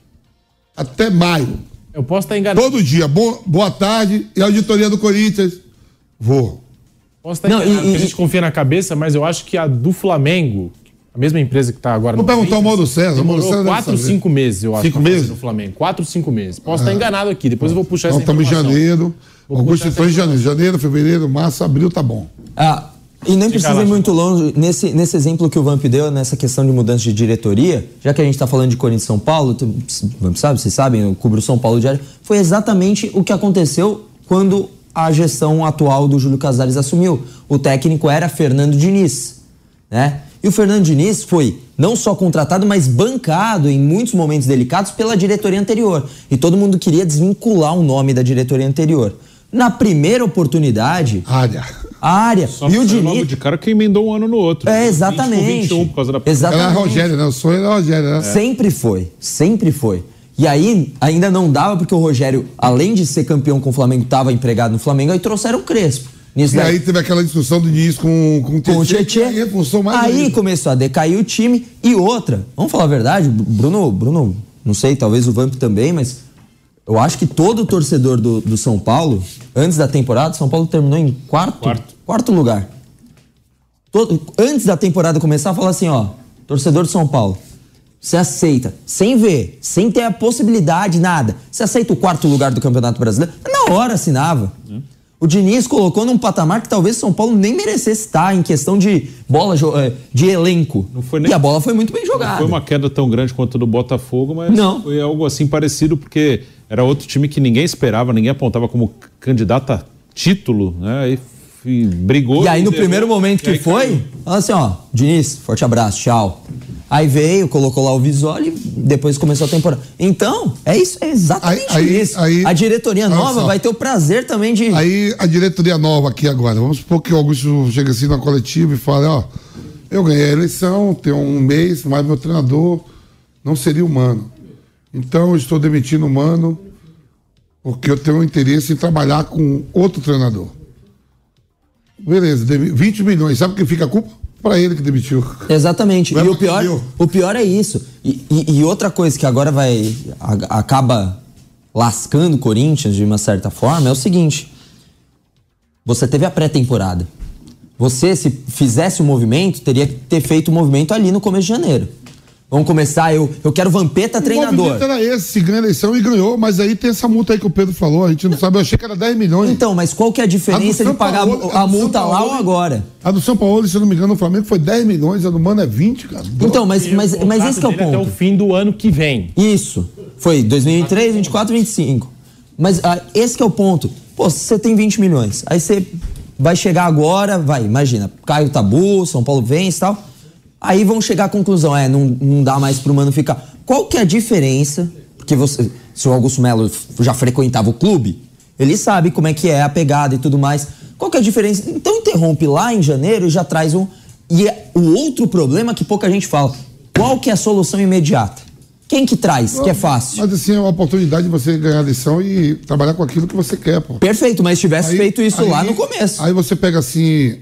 até maio. Eu posso estar enganado. Todo dia. Bo, boa tarde. E a auditoria do Corinthians? Vou. Posso estar Não, enganado, e- porque e- a gente confia na cabeça, mas eu acho que a do Flamengo, a mesma empresa que está agora Vou no perguntar ao Mauro César. O Mauro demorou César deve quatro, saber. cinco meses, eu acho. Cinco pra fazer meses? No Flamengo. Quatro, cinco meses. Posso estar enganado aqui, depois eu vou puxar Então essa estamos em informação. janeiro. Vou Augusto puxar entrou em essa janeiro. Janeiro, fevereiro, março, abril, tá bom. Ah, e nem precisa ir muito longe. Nesse, nesse exemplo que o Vamp deu, nessa questão de mudança de diretoria, já que a gente tá falando de Corinthians e São Paulo, tu, Vamp sabe, vocês sabem, eu cubro São Paulo diário, foi exatamente o que aconteceu quando a gestão atual do Júlio Casares assumiu. O técnico era Fernando Diniz, né? E o Fernando Diniz foi não só contratado, mas bancado em muitos momentos delicados pela diretoria anterior. E todo mundo queria desvincular o nome da diretoria anterior. Na primeira oportunidade, Área. a área Só e o foi logo Diniz. de cara que emendou um ano no outro. É, exatamente. vinte por vinte e um por causa da Exatamente. Era a Rogério, né? O sonho era a Rogério, né? Sempre foi, sempre foi. E aí, ainda não dava porque o Rogério, além de ser campeão com o Flamengo, estava empregado no Flamengo, aí trouxeram o Crespo. Nisso E daí, aí teve aquela discussão do Diniz com, com o com o Tietê, Tietê. que Aí reforçou mais Aí ainda. começou a decair o time. E outra, vamos falar a verdade, Bruno, Bruno, não sei, talvez o Vamp também, mas eu acho que todo torcedor do, do São Paulo, antes da temporada, São Paulo terminou em quarto, Quarto. quarto lugar. Todo, antes da temporada começar, fala assim, ó, torcedor de São Paulo, você aceita, sem ver, sem ter a possibilidade, nada, você aceita o quarto lugar do Campeonato Brasileiro? Na hora assinava. Hum. O Diniz colocou num patamar que talvez São Paulo nem merecesse estar em questão de bola, de elenco. Não foi nem, e a bola foi muito bem jogada. Não foi uma queda tão grande quanto a do Botafogo, mas não. Foi algo assim parecido, porque era outro time que ninguém esperava, ninguém apontava como candidato a título, né? E, e brigou. E aí no deu, primeiro momento que foi, caiu. Fala assim, ó, Diniz, forte abraço, tchau. Aí veio, colocou lá o visual e depois começou a temporada. Então, é isso, é exatamente aí, aí, isso. Aí, a diretoria nova vai ter o prazer também de... Aí a diretoria nova aqui agora, vamos supor que o Augusto chega assim na coletiva e fala, ó, eu ganhei a eleição, tenho um mês, mas meu treinador não seria o Mano. Então eu estou demitindo o Mano porque eu tenho interesse em trabalhar com outro treinador. Beleza, vinte milhões, sabe quem fica a culpa? Para ele que demitiu. Exatamente. E o pior, o pior é isso. E, e, e outra coisa que agora vai a, acaba lascando o Corinthians de uma certa forma é o seguinte: você teve a pré-temporada. Você, se fizesse o movimento, teria que ter feito o movimento ali no começo de janeiro. Vamos começar, eu, eu quero Vampeta treinador. O movimento era esse, se ganha a eleição e ganhou, mas aí tem essa multa aí que o Pedro falou, a gente não sabe, eu achei que era dez milhões. Então, mas qual que é a diferença a de pagar Paulo, a, a multa lá ou agora? A do São Paulo, se eu não me engano, no Flamengo foi dez milhões, a do Mano é vinte, cara. Então, mas, mas, mas esse que é o ponto. Até o fim do ano que vem. Isso, foi dois mil e vinte e três, vinte e quatro, vinte e cinco. Mas ah, esse que é o ponto. Pô, se você tem vinte milhões, aí você vai chegar agora, vai, imagina, cai o tabu, São Paulo vence e tal... Aí vão chegar à conclusão, é, não, não dá mais pro Mano ficar. Qual que é a diferença? Porque você, se o Augusto Melo já frequentava o clube, ele sabe como é que é a pegada e tudo mais. Qual que é a diferença? Então interrompe lá em janeiro e já traz um... E é o outro problema que pouca gente fala. Qual que é a solução imediata? Quem que traz, que é fácil? Mas assim, é uma oportunidade de você ganhar a lição e trabalhar com aquilo que você quer, pô. Perfeito, mas tivesse aí, feito isso aí, lá no começo. Aí você pega assim,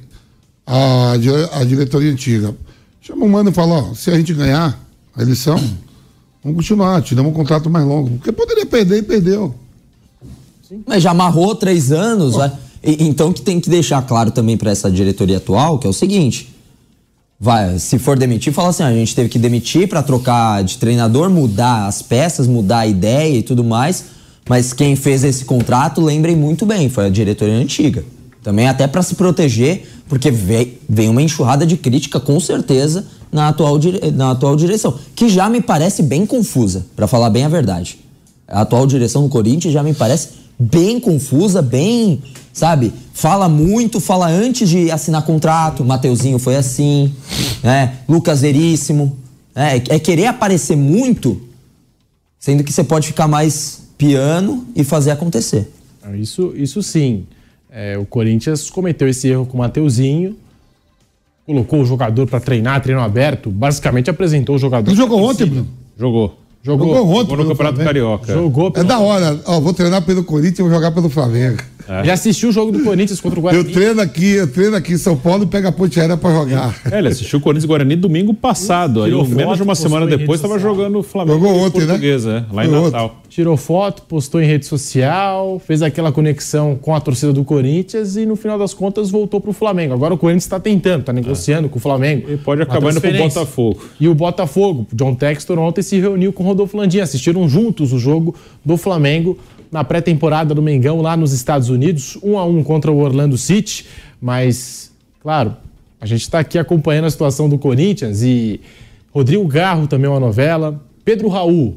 a, a diretoria antiga, chama o mano e fala, ó, se a gente ganhar a eleição, vamos continuar, te damos um contrato mais longo. Porque poderia perder e perdeu. Mas já amarrou três anos, né? E, então que tem que deixar claro também para essa diretoria atual, que é o seguinte, vai, se for demitir, fala assim, ah, a gente teve que demitir para trocar de treinador, mudar as peças, mudar a ideia e tudo mais, mas quem fez esse contrato, lembrem muito bem, foi a diretoria antiga. Também até para se proteger, porque vem, vem uma enxurrada de crítica, com certeza, na atual, na atual direção, que já me parece bem confusa, para falar bem a verdade. A atual direção do Corinthians já me parece bem confusa, bem, sabe, fala muito, fala antes de assinar contrato, Mateuzinho foi assim, né, Lucas Veríssimo, né, é querer aparecer muito, sendo que você pode ficar mais piano e fazer acontecer. Isso, isso sim, é, o Corinthians cometeu esse erro com o Mateuzinho, colocou o jogador para treinar, treino aberto, basicamente apresentou o jogador. Ele jogou ontem, Bruno? Jogou. Jogou, jogou ontem jogou no Campeonato Carioca. Jogou pelo... É da hora. Ó, vou treinar pelo Corinthians e vou jogar pelo Flamengo. É. Já assistiu o jogo do Corinthians contra o Guarani? Eu treino aqui, eu treino aqui em São Paulo e pego a Ponte Aérea pra jogar. É, ele assistiu o Corinthians e Guarani domingo passado. Aí, foto, menos de uma semana depois, estava jogando o Flamengo. Jogou ontem, Portuguesa, né? Lá em Jogou Natal. Outro. Tirou foto, postou em rede social, fez aquela conexão com a torcida do Corinthians e no final das contas voltou pro Flamengo. Agora o Corinthians está tentando, está negociando é. com o Flamengo. E pode acabar indo pro Botafogo. E o Botafogo, John Textor ontem se reuniu com o Rodolfo Landim, assistiram juntos o jogo do Flamengo na pré-temporada do Mengão lá nos Estados Unidos, um a um contra o Orlando City, mas, claro, a gente está aqui acompanhando a situação do Corinthians e Rodrigo Garro também é uma novela, Pedro Raul,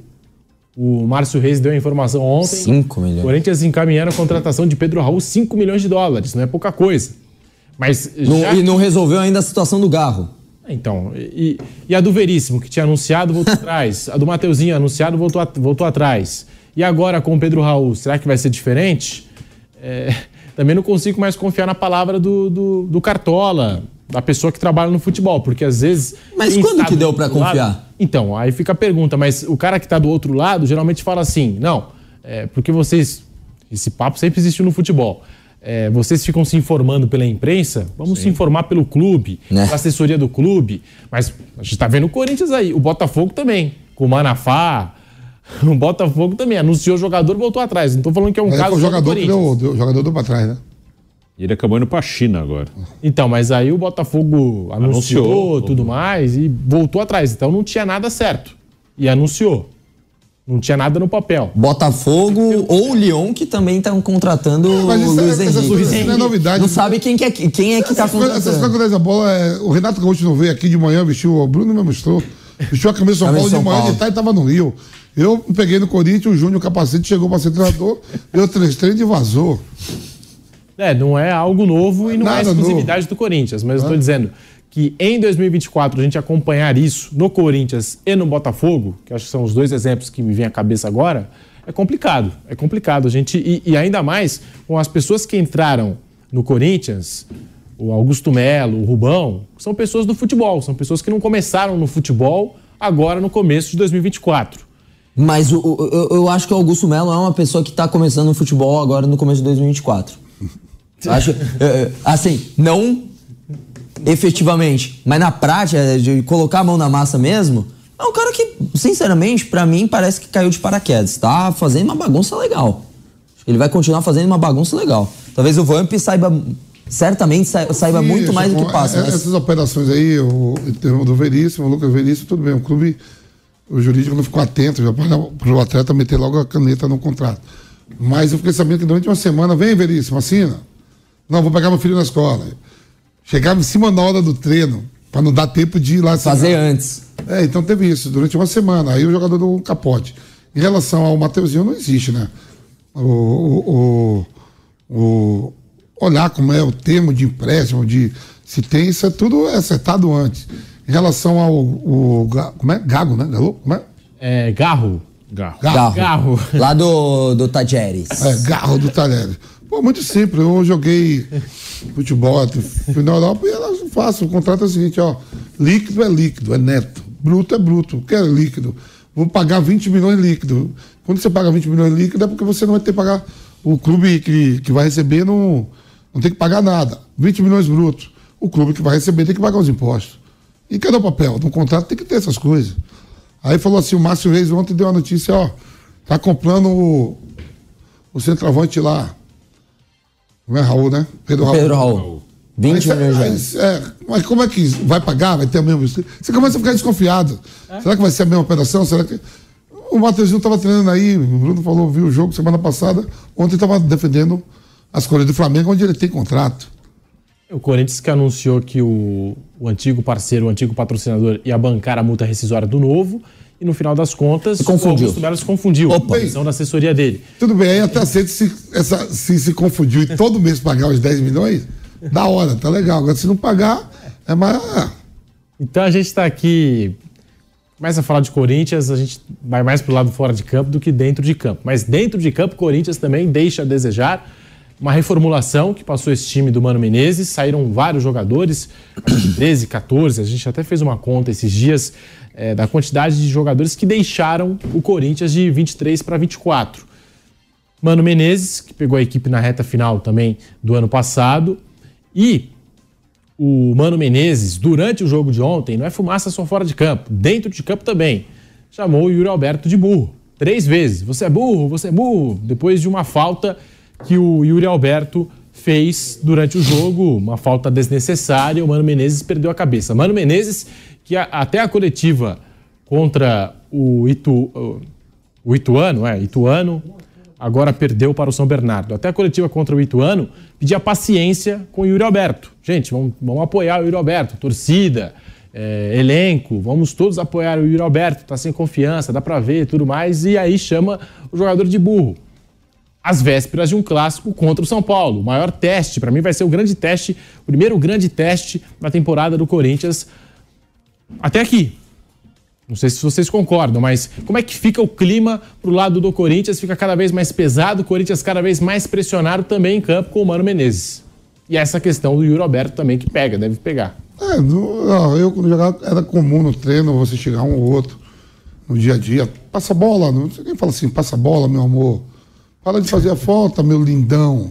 o Márcio Reis deu a informação ontem. cinco milhões. Corinthians encaminhando a contratação de Pedro Raul, cinco milhões de dólares, não é pouca coisa. Mas não, já... E não resolveu ainda a situação do Garro. Então, e, e a do Veríssimo, que tinha anunciado, voltou atrás. A do Mateuzinho, anunciado, voltou, a, voltou atrás. E agora com o Pedro Raul, será que vai ser diferente? É, também não consigo mais confiar na palavra do, do, do Cartola, da pessoa que trabalha no futebol, porque às vezes... Mas quando que deu pra confiar? Lado, então, aí fica a pergunta, mas o cara que tá do outro lado geralmente fala assim, não, é, porque vocês... Esse papo sempre existiu no futebol. É, vocês ficam se informando pela imprensa, vamos Sim. se informar pelo clube, né? Pela assessoria do clube. Mas a gente tá vendo o Corinthians aí, o Botafogo também, com o Manafá, o Botafogo também anunciou o jogador e voltou atrás. Não tô falando que é um mas caso é o jogador do Corinthians. Que deu, o jogador deu pra trás, né? E ele acabou indo pra China agora. Então, mas aí o Botafogo anunciou, anunciou tudo mais e voltou atrás. Então não tinha nada certo. E anunciou. Não tinha nada no papel. Botafogo Eu... ou o Lyon, que também estão contratando o Luiz é, Henrique. Luiz Henrique. Não é novidade. Não sabe quem, que é, quem é que está contratando. Essas coisas da bola, é, o Renato Gaúcho não veio aqui de manhã, vestiu, o Bruno me mostrou, vestiu a camisa São Paulo de manhã, ele tá, e tava no Rio. Eu peguei no Corinthians, o Júnior Capacete chegou para ser treinador, deu três treinos e vazou. É, não é algo novo e não Nada é exclusividade novo. do Corinthians, mas eu ah. estou dizendo que em dois mil e vinte e quatro a gente acompanhar isso no Corinthians e no Botafogo, que acho que são os dois exemplos que me vêm à cabeça agora, é complicado. É complicado. A gente, e, e ainda mais com as pessoas que entraram no Corinthians, o Augusto Melo, o Rubão, são pessoas do futebol, são pessoas que não começaram no futebol agora no começo de dois mil e vinte e quatro. Mas o, o, eu, eu acho que o Augusto Melo é uma pessoa que está começando no futebol agora no começo de dois mil e vinte e quatro. Acho, assim, não efetivamente, mas na prática, de colocar a mão na massa mesmo, é um cara que, sinceramente, pra mim, parece que caiu de paraquedas. Tá fazendo uma bagunça legal. Ele vai continuar fazendo uma bagunça legal. Talvez o Vamp saiba, certamente saiba Sim, muito mais do que passa. Mas... Essas operações aí, o, o do Veríssimo, o Lucas Veríssimo, tudo bem. O clube, o jurídico não ficou atento já para o atleta meter logo a caneta no contrato. Mas eu fiquei sabendo que durante uma semana, vem Veríssimo, assina. Não, vou pegar meu filho na escola. Chegava em cima na hora do treino, para não dar tempo de ir lá assinar. Fazer antes. É, então teve isso, durante uma semana. Aí o jogador deu um capote. Em relação ao Mateuzinho, não existe, né? O, o, o, o olhar como é o termo de empréstimo, de se tem, isso é tudo acertado antes. Em relação ao o, como é? Gago, né? Galo? Como é? É, Garro. Garro. Garro. Garro. Lá do, do Tajeres. É, Garro do Tajeres. Pô, muito simples. Eu joguei futebol, fui na Europa e era fácil. O contrato é o seguinte, ó. Líquido é líquido, é neto. Bruto é bruto. O que é líquido? vou pagar vinte milhões líquido. Quando você paga vinte milhões líquido é porque você não vai ter que pagar, o clube que, que vai receber não, não tem que pagar nada, vinte milhões brutos. O clube que vai receber tem que pagar os impostos. E cadê o papel? No contrato tem que ter essas coisas. Aí falou assim, o Márcio Reis ontem deu a notícia, ó, tá comprando o, o centroavante lá. Não é Raul, né? Pedro Raul. Pedro Raul. vinte milhões de reais. É, mas como é que vai pagar? Vai ter o mesmo... Você começa a ficar desconfiado. É? Será que vai ser a mesma operação? Será que... O Matheusinho estava treinando aí, o Bruno falou, viu o jogo semana passada, ontem estava defendendo as cores do Flamengo, onde ele tem contrato. O Corinthians que anunciou que o, o antigo parceiro, o antigo patrocinador ia bancar a multa rescisória do Novo e no final das contas se confundiu. o Augusto Melo se confundiu. Opa. A decisão da assessoria dele. Tudo bem, aí até aceito se, essa, se se confundiu e todo mês pagar os dez milhões, da hora, tá legal. Agora se não pagar, é mais... Então a gente está aqui, começa a falar de Corinthians, a gente vai mais pro lado fora de campo do que dentro de campo. Mas dentro de campo, Corinthians também deixa a desejar. Uma reformulação que passou esse time do Mano Menezes, saíram vários jogadores, treze, quatorze, a gente até fez uma conta esses dias é, da quantidade de jogadores que deixaram o Corinthians de vinte e três para vinte e quatro. Mano Menezes, que pegou a equipe na reta final também do ano passado, e o Mano Menezes, durante o jogo de ontem, não é fumaça só fora de campo, dentro de campo também, chamou o Yuri Alberto de burro, três vezes. Você é burro, você é burro, depois de uma falta que o Yuri Alberto fez durante o jogo, uma falta desnecessária, o Mano Menezes perdeu a cabeça. Mano Menezes, que a, até a coletiva contra o, Itu, o Ituano, é, Ituano, agora perdeu para o São Bernardo. Até a coletiva contra o Ituano pedia paciência com o Yuri Alberto. Gente, vamos, vamos apoiar o Yuri Alberto, torcida, é, elenco, vamos todos apoiar o Yuri Alberto, tá sem confiança, dá pra ver e tudo mais, e aí chama o jogador de burro. Às vésperas de um clássico contra o São Paulo. O maior teste, para mim vai ser o grande teste, o primeiro grande teste na temporada do Corinthians até aqui. Não sei se vocês concordam, mas como é que fica o clima pro lado do Corinthians? Fica cada vez mais pesado, o Corinthians cada vez mais pressionado também em campo com o Mano Menezes. E essa questão do Yuri Alberto também que pega, deve pegar. É, no, eu quando jogava era comum no treino você chegar um ou outro no dia a dia. Passa a bola, não sei quem fala assim, passa a bola, meu amor. Para de fazer a falta, meu lindão.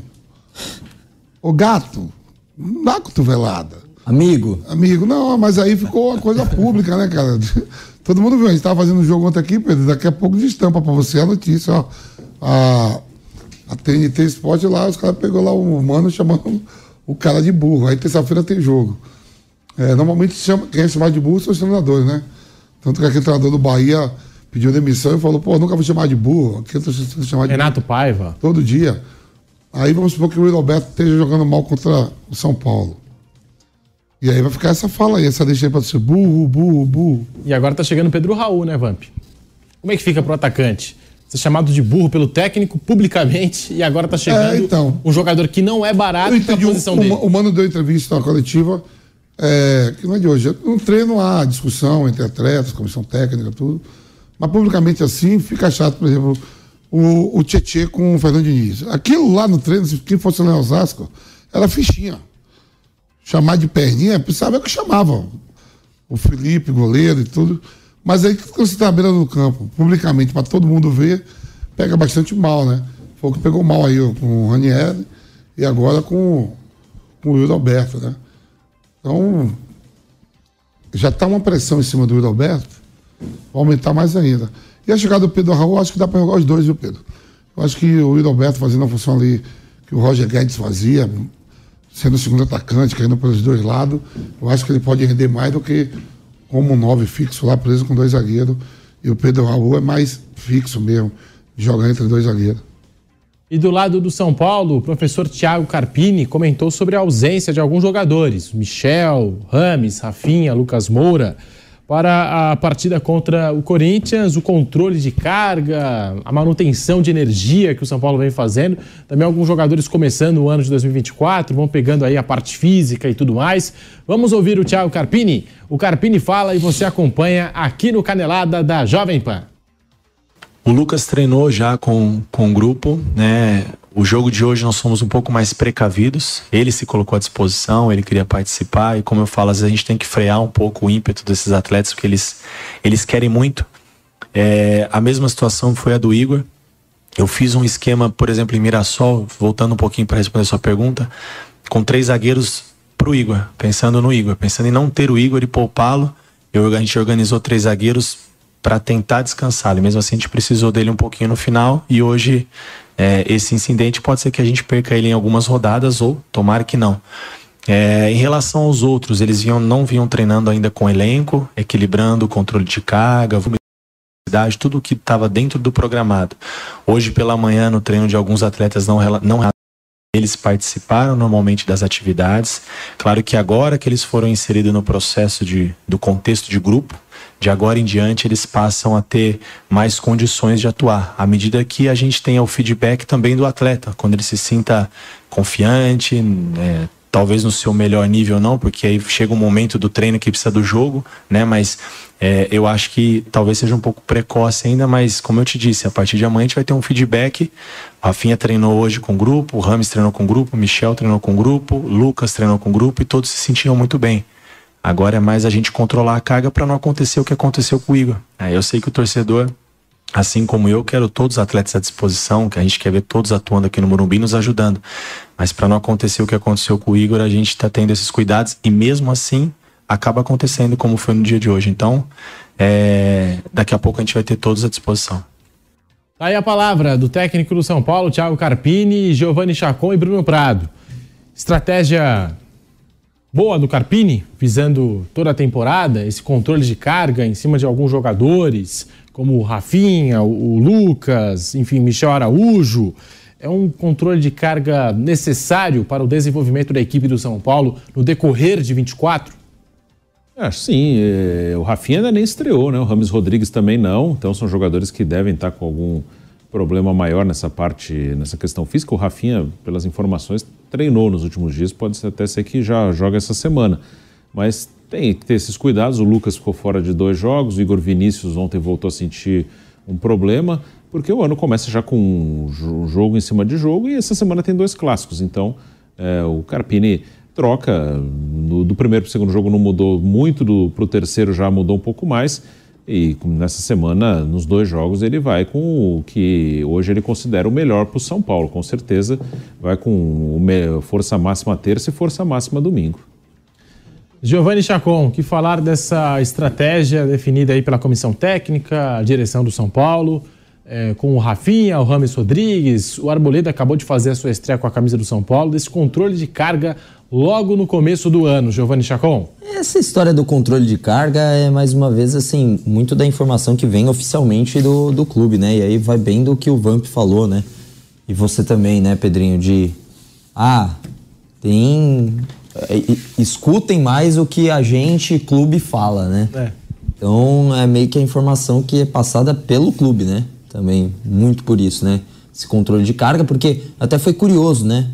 Ô gato, não dá cotovelada. Amigo. Amigo, não, mas aí ficou uma coisa pública, né, cara? Todo mundo viu, a gente tava fazendo um jogo ontem aqui, Pedro, daqui a pouco de estampa pra você a notícia, ó. A, a T N T Sport lá, os caras pegou lá o mano chamando o cara de burro. Aí terça-feira tem jogo. É, normalmente chama, quem é chamado de burro são os treinadores, né? Tanto que aquele treinador do Bahia pediu demissão e falou, pô, nunca vou chamar de burro. Aqui eu tô sendo chamado de Renato burro. Paiva. Todo dia. Aí vamos supor que o Yuri Alberto esteja jogando mal contra o São Paulo. E aí vai ficar essa fala aí, essa deixa aí pra ser burro, burro, burro. E agora tá chegando o Pedro Raul, né, Vamp? Como é que fica pro atacante? Ser chamado de burro pelo técnico publicamente e agora tá chegando é, então, um jogador que não é barato na posição o, dele. O Mano deu entrevista na coletiva, é, que não é de hoje. No treino há discussão entre atletas, comissão técnica, tudo. Mas publicamente assim, fica chato, por exemplo, o, o Tietê com o Fernando Diniz. Aquilo lá no treino, se quem fosse lá em Osasco, era fichinha. Chamar de perninha, sabe o que chamavam. O Felipe, goleiro e tudo. Mas aí, quando você está à beira do campo, publicamente, para todo mundo ver, pega bastante mal, né? Foi o que pegou mal aí com o Ranieri e agora com, com o Yuri Alberto, né? Então, já está uma pressão em cima do Yuri Alberto, vai aumentar mais ainda. E a chegada do Pedro Raul, acho que dá para jogar os dois, viu, Pedro? Eu acho que o Yuri Alberto fazendo a função ali que o Roger Guedes fazia, sendo o segundo atacante, caindo pelos dois lados, eu acho que ele pode render mais do que como um nove fixo lá, preso com dois zagueiros. E o Pedro Raul é mais fixo mesmo, de jogar entre dois zagueiros. E do lado do São Paulo, o professor Thiago Carpini comentou sobre a ausência de alguns jogadores. Michel, Rames, Rafinha, Lucas Moura, para a partida contra o Corinthians, o controle de carga, a manutenção de energia que o São Paulo vem fazendo. Também alguns jogadores começando o ano de dois mil e vinte e quatro, vão pegando aí a parte física e tudo mais. Vamos ouvir o Thiago Carpini. O Carpini fala e você acompanha aqui no Canelada da Jovem Pan. O Lucas treinou já com, com o grupo, né? O jogo de hoje nós fomos um pouco mais precavidos. Ele se colocou à disposição, ele queria participar. E como eu falo, às vezes a gente tem que frear um pouco o ímpeto desses atletas, porque eles, eles querem muito. É, a mesma situação foi a do Igor. Eu fiz um esquema, por exemplo, em Mirassol, voltando um pouquinho para responder a sua pergunta, com três zagueiros pro Igor, pensando no Igor, pensando em não ter o Igor e poupá-lo. Eu, a gente organizou três zagueiros para tentar descansá-lo. Mesmo assim, a gente precisou dele um pouquinho no final e hoje é, esse incidente pode ser que a gente perca ele em algumas rodadas ou tomara que não. É, em relação aos outros, eles vinham, não vinham treinando ainda com elenco, equilibrando o controle de carga, velocidade, tudo que estava dentro do programado. Hoje pela manhã, no treino de alguns atletas não, não eles participaram normalmente das atividades. Claro que agora que eles foram inseridos no processo de, do contexto de grupo, de agora em diante eles passam a ter mais condições de atuar, à medida que a gente tenha o feedback também do atleta, quando ele se sinta confiante, é, talvez no seu melhor nível não, porque aí chega um momento do treino que precisa do jogo, né? Mas é, eu acho que talvez seja um pouco precoce ainda, mas como eu te disse, a partir de amanhã a gente vai ter um feedback. O Rafinha treinou hoje com o grupo, o Rames treinou com o grupo, o Michel treinou com o grupo, o Lucas treinou com o grupo e todos se sentiam muito bem. Agora é mais a gente controlar a carga para não acontecer o que aconteceu com o Igor. É, eu sei que o torcedor, assim como eu, quero todos os atletas à disposição, que a gente quer ver todos atuando aqui no Morumbi nos ajudando. Mas para não acontecer o que aconteceu com o Igor, a gente está tendo esses cuidados e mesmo assim acaba acontecendo como foi no dia de hoje. Então, é, daqui a pouco a gente vai ter todos à disposição. Tá aí a palavra do técnico do São Paulo, Thiago Carpini, Giovanni Chacon e Bruno Prado. Estratégia boa do Carpini, visando toda a temporada, esse controle de carga em cima de alguns jogadores, como o Rafinha, o Lucas, enfim, Michel Araújo. É um controle de carga necessário para o desenvolvimento da equipe do São Paulo no decorrer de vinte e quatro? Acho sim, é, o Rafinha ainda nem estreou, né? O Rames Rodrigues também não, então são jogadores que devem estar com algum problema maior nessa parte, nessa questão física. O Rafinha, pelas informações, treinou nos últimos dias, pode até ser que já joga essa semana, mas tem que ter esses cuidados. O Lucas ficou fora de dois jogos, o Igor Vinícius ontem voltou a sentir um problema, porque o ano começa já com um jogo em cima de jogo e essa semana tem dois clássicos, então é, o Carpini troca, no, do primeiro para o segundo jogo não mudou muito, para o terceiro já mudou um pouco mais, e nessa semana, nos dois jogos, ele vai com o que hoje ele considera o melhor para o São Paulo, com certeza vai com força máxima terça e força máxima domingo. Giovanni Chacon, que falar dessa estratégia definida aí pela comissão técnica, a direção do São Paulo, é, com o Rafinha, o Rames Rodrigues, o Arboleda acabou de fazer a sua estreia com a camisa do São Paulo, desse controle de carga logo no começo do ano, Giovanni Chacon. Essa história do controle de carga é, mais uma vez, assim, muito da informação que vem oficialmente do, do clube, né? E aí vai bem do que o Vamp falou, né? E você também, né, Pedrinho, de... Ah, tem... Escutem mais o que a gente, clube, fala, né? É. Então, é meio que a informação que é passada pelo clube, né? Também, muito por isso, né? Esse controle de carga, porque até foi curioso, né?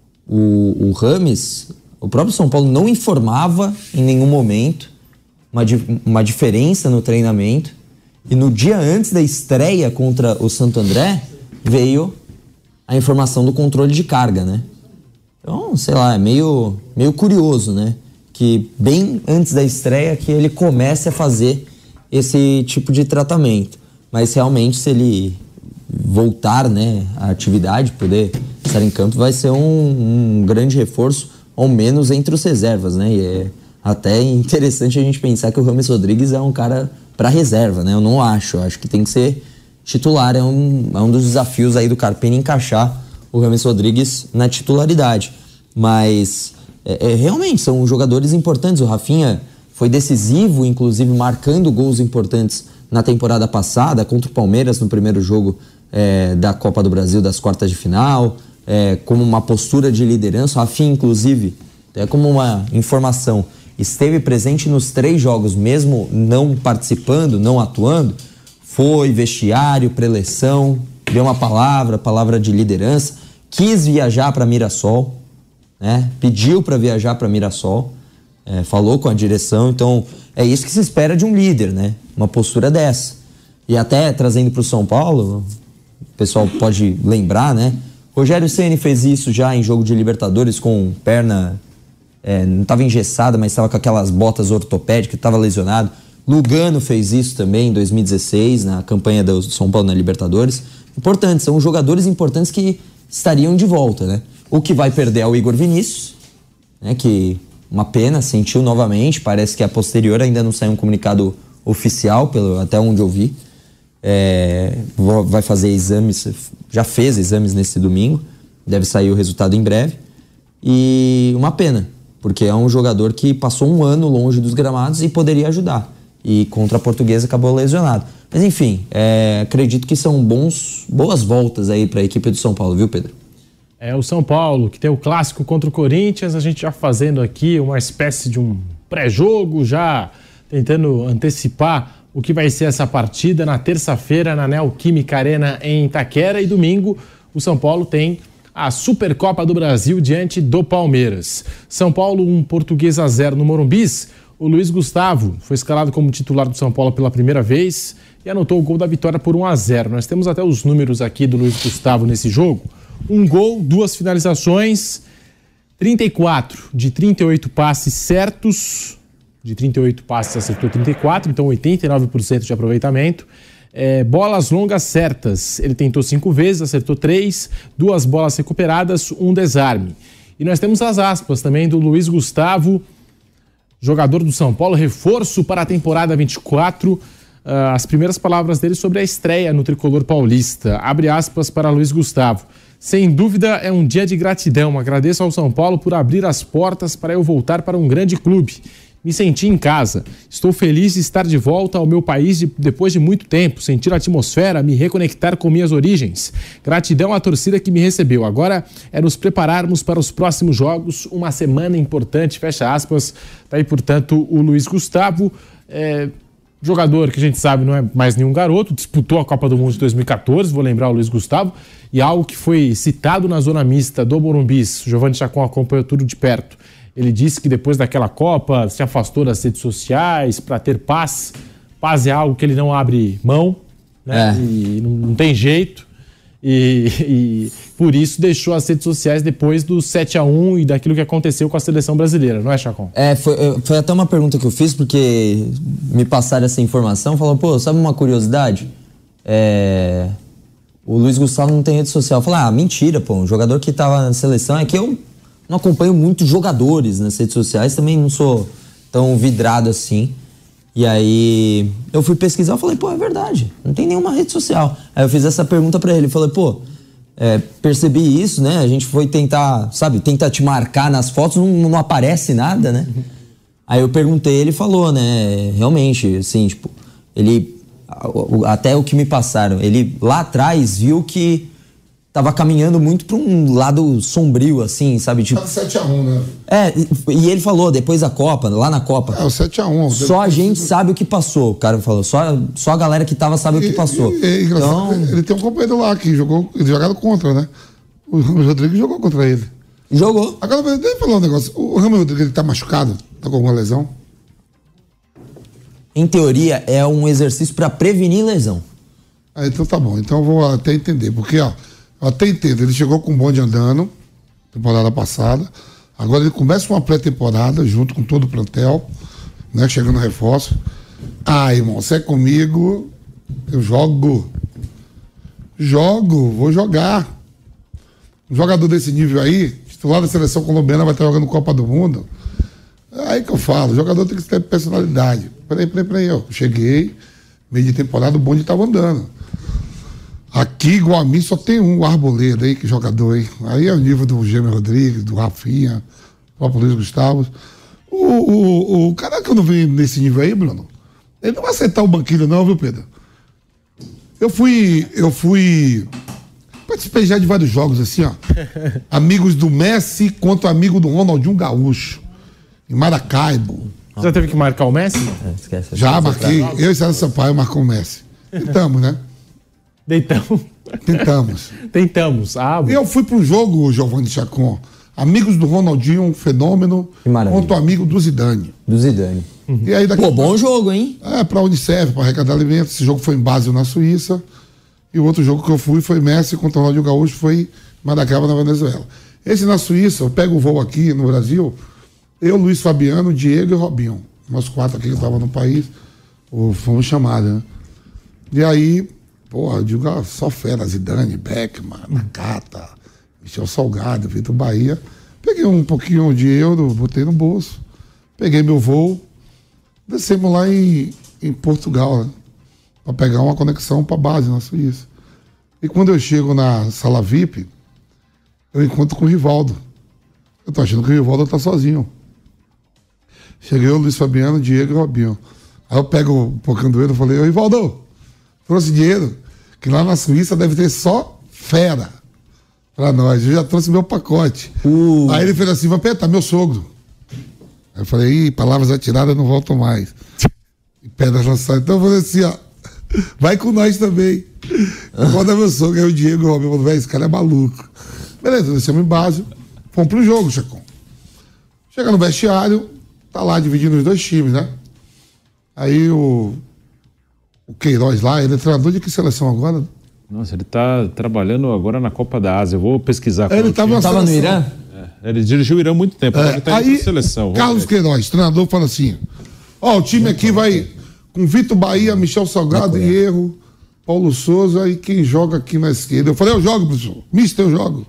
O, o Rames, o próprio São Paulo não informava em nenhum momento uma, uma diferença no treinamento, e no dia antes da estreia contra o Santo André veio a informação do controle de carga, né? Então, sei lá, é meio, meio curioso, né? Que bem antes da estreia que ele comece a fazer esse tipo de tratamento. Mas realmente, se ele voltar, né, à atividade, poder estar em campo, vai ser um, um grande reforço, ao menos entre os reservas, né? E é até interessante a gente pensar que o Rames Rodrigues é um cara para reserva, né? Eu não acho, eu acho que tem que ser titular, é um, é um dos desafios aí do Carpini encaixar o Rames Rodrigues na titularidade. Mas é, é, realmente são jogadores importantes. O Rafinha foi decisivo, inclusive marcando gols importantes na temporada passada, contra o Palmeiras no primeiro jogo é, da Copa do Brasil, das quartas de final, é, como uma postura de liderança. O Rafinha, inclusive, é como uma informação, esteve presente nos três jogos, mesmo não participando, não atuando, foi vestiário, preleção, deu uma palavra, palavra de liderança, quis viajar para Mirassol, né? Pediu para viajar para Mirassol, é, falou com a direção. Então é isso que se espera de um líder, né? Uma postura dessa. E até trazendo para o São Paulo, o pessoal pode lembrar, né? Rogério Ceni fez isso já em jogo de Libertadores com perna, é, não estava engessada, mas estava com aquelas botas ortopédicas, estava lesionado, Lugano fez isso também em dois mil e dezesseis, na campanha do São Paulo na Libertadores. Importantes, são jogadores importantes que estariam de volta, né? O que vai perder é o Igor Vinícius, né? Que, uma pena, sentiu novamente. Parece que a posterior ainda não saiu um comunicado oficial, pelo, até onde eu vi. É, vai fazer exames, já fez exames nesse domingo, deve sair o resultado em breve. E uma pena, porque é um jogador que passou um ano longe dos gramados e poderia ajudar. E contra a Portuguesa acabou lesionado. Mas enfim, é, acredito que são bons, boas voltas aí para a equipe do São Paulo, viu, Pedro? É o São Paulo, que tem o clássico contra o Corinthians, a gente já fazendo aqui uma espécie de um pré-jogo, já tentando antecipar o que vai ser essa partida na terça-feira na Neoquímica Arena em Itaquera, e domingo o São Paulo tem a Supercopa do Brasil diante do Palmeiras. São Paulo um, Portuguesa zero no Morumbis. O Luiz Gustavo foi escalado como titular do São Paulo pela primeira vez e anotou o gol da vitória por um a zero. Nós temos até os números aqui do Luiz Gustavo nesse jogo. Um gol, duas finalizações, trinta e quatro de trinta e oito passes certos. De trinta e oito passes acertou trinta e quatro, então oitenta e nove por cento de aproveitamento. É, bolas longas certas, ele tentou cinco vezes, acertou três, duas bolas recuperadas, um desarme. E nós temos as aspas também do Luiz Gustavo, jogador do São Paulo, reforço para a temporada vinte e quatro. Uh, as primeiras palavras dele sobre a estreia no tricolor paulista. Abre aspas para Luiz Gustavo. Sem dúvida é um dia de gratidão. Agradeço ao São Paulo por abrir as portas para eu voltar para um grande clube. Me senti em casa. Estou feliz de estar de volta ao meu país de, depois de muito tempo, sentir a atmosfera, me reconectar com minhas origens. Gratidão à torcida que me recebeu. Agora é nos prepararmos para os próximos jogos, uma semana importante, fecha aspas. Tá aí, portanto, o Luiz Gustavo, é, jogador que a gente sabe não é mais nenhum garoto, disputou a Copa do Mundo de dois mil e catorze, vou lembrar o Luiz Gustavo, e algo que foi citado na zona mista do Morumbis, o Giovanni Chacon acompanhou tudo de perto. Ele disse que depois daquela Copa se afastou das redes sociais para ter paz. Paz é algo que ele não abre mão, né? É. E não, não tem jeito. E, e por isso deixou as redes sociais depois do sete a um e daquilo que aconteceu com a seleção brasileira, não é, Chacon? É, foi, foi até uma pergunta que eu fiz, porque me passaram essa informação, falaram, pô, sabe uma curiosidade? É, o Luiz Gustavo não tem rede social. Eu falei, ah, mentira, pô, um jogador que tava na seleção é que eu não acompanho muitos jogadores nas redes sociais, também não sou tão vidrado assim. E aí eu fui pesquisar e falei, pô, é verdade, não tem nenhuma rede social. Aí eu fiz essa pergunta pra ele, falei, pô, é, percebi isso, né? A gente foi tentar, sabe, tentar te marcar nas fotos, não, não aparece nada, né? Aí eu perguntei, ele falou, né? Realmente, assim, tipo, ele, até o que me passaram, ele lá atrás viu que tava caminhando muito pra um lado sombrio, assim, sabe? Tipo, tá sete a um, né? É, e ele falou, depois da Copa, lá na Copa. É, o sete a um. Só a gente sabe o que passou, o cara falou. Só, só a galera que tava sabe e, o que passou. E, e, então... Ele tem um companheiro lá que jogou, ele jogado contra, né? O Ramos Rodrigues jogou contra ele. Jogou. Agora, deixa eu falar um negócio. O Ramos Rodrigues, ele tá machucado? Tá com alguma lesão? Em teoria, é um exercício pra prevenir lesão. Ah, então tá bom. Então eu vou até entender. Porque, ó, eu até entendo. Ele chegou com o bonde andando, temporada passada. Agora ele começa uma pré-temporada, junto com todo o plantel, né? Chegando reforço. Ah, irmão, você é comigo, eu jogo. Jogo, vou jogar. Um jogador desse nível aí, titular da seleção colombiana, vai estar jogando Copa do Mundo. É aí que eu falo, o jogador tem que ter personalidade. Peraí, peraí, peraí, eu cheguei, meio de temporada, o bonde estava andando. Aqui, igual a mim, só tem um, o Arboleda aí, que jogador aí. Aí é o nível do Gêmeo Rodrigues, do Rafinha, do próprio Luiz Gustavo. O, o, o cara que eu não vi nesse nível aí, Bruno, ele não vai aceitar o banquilho não, viu, Pedro? Eu fui, eu fui, participei já de vários jogos assim, ó. Amigos do Messi contra amigo do Ronaldinho Gaúcho, em Maracaibo. Você já teve que marcar o Messi? É, esquece, já marquei, eu e César Sampaio marcou o Messi. Tentamos, né? Deitamos. Tentamos. Tentamos. Ah, e eu fui para um jogo, Giovanni Chacon, amigos do Ronaldinho, um fenômeno, contra o amigo do Zidane. Do Zidane. Uhum. E aí daqui Pô, bom jogo, hein? É, para a Unicef, para arrecadar alimentos. Esse jogo foi em Basel, na Suíça. E o outro jogo que eu fui foi Messi contra o Ronaldinho Gaúcho, foi em Maracaibo, na Venezuela. Esse na Suíça, eu pego o voo aqui no Brasil, eu, Luiz Fabiano, Diego e Robinho. Nós quatro aqui que estavam no país. Ou fomos chamados, né? E aí, porra, eu digo, ah, só fera, Zidane, Beckman, Nakata, Michel Salgado, Vitor Bahia. Peguei um pouquinho de euro, botei no bolso, peguei meu voo, descemos lá em, em Portugal, né? Para pegar uma conexão para base na Suíça. E quando eu chego na sala V I P, eu encontro com o Rivaldo. Eu tô achando que o Rivaldo tá sozinho. Cheguei o Luiz Fabiano, Diego e Robinho. Aí eu pego um pouquinho do euro e falei, ô Rivaldo, trouxe dinheiro, que lá na Suíça deve ter só fera pra nós. Eu já trouxe meu pacote. Uh. Aí ele fez assim, vai apertar meu sogro. Aí eu falei, ih, palavras atiradas não voltam mais. E pedras lançadas. Então eu falei assim, ó, vai com nós também. Quando meu sogro, aí o Diego e o Robinho falou, velho, esse cara é maluco. Beleza, descemos em base, fomos pro jogo, Chacon. Chega no vestiário, tá lá dividindo os dois times, né? Aí o, o Queiroz lá, ele é treinador de que seleção agora? Nossa, ele tá trabalhando agora na Copa da Ásia. Eu vou pesquisar. É, ele tava, tava no Irã? É, ele dirigiu o Irã há muito tempo, agora É, ele tá indo aí, pra seleção. Carlos Queiroz, treinador, fala assim, ó, o time aqui vai com Vitor Bahia, Michel Salgado, Hierro, Paulo Souza e quem joga aqui na esquerda. Eu falei, eu jogo, professor. Mister, eu jogo.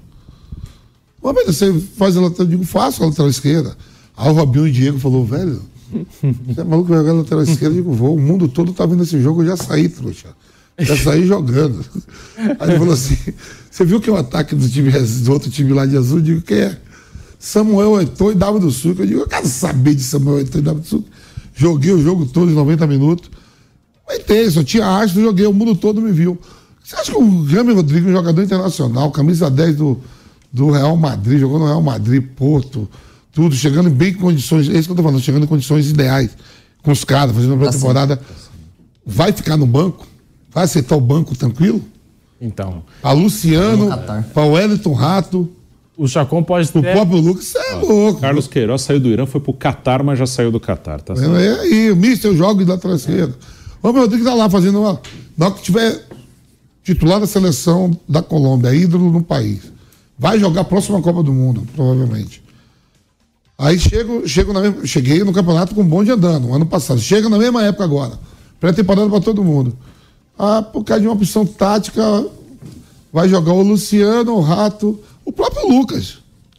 Mas você faz a lateral, eu digo, faço a lateral esquerda. Aí o Robinho e o Diego falou, velho, você é maluco, vai jogar a lateral esquerda? Eu digo, vou, o mundo todo tá vendo esse jogo, eu já saí, trouxa. Já saí jogando. Aí ele falou assim, você viu que é o ataque do time do outro time lá de azul? Eu digo, quem é? Samuel Eto'o e Dava do Sul. Eu digo, eu quero saber de Samuel Eto'o e Dava do Sul. Joguei o jogo todo em noventa minutos. Mas tem, só tinha astro, joguei, o mundo todo me viu. Você acha que o James Rodrigues, um jogador internacional, camisa dez do, do Real Madrid, jogou no Real Madrid, Porto, tudo, chegando em bem condições, é isso que eu tô falando, chegando em condições ideais, com os caras, fazendo uma pré-temporada, vai ficar no banco? Vai aceitar o banco tranquilo? Então. Para Luciano, para o Wellington Rato. O Chacon pode ter... O próprio Lucas, você é louco. Carlos Queiroz saiu do Irã, foi pro Catar, mas já saiu do Catar. Tá certo? É aí, o Mister, eu jogo da trasqueira. O meu Rodrigues tá lá fazendo uma... Na hora que tiver titular da seleção da Colômbia, ídolo no país, vai jogar a próxima Copa do Mundo, provavelmente. Aí chego, chego na mesma, cheguei no campeonato com um bonde andando, ano passado. Chega na mesma época agora. Pré-temporada para todo mundo. Ah, por causa de uma opção tática, vai jogar o Luciano, o Rato, o próprio Lucas.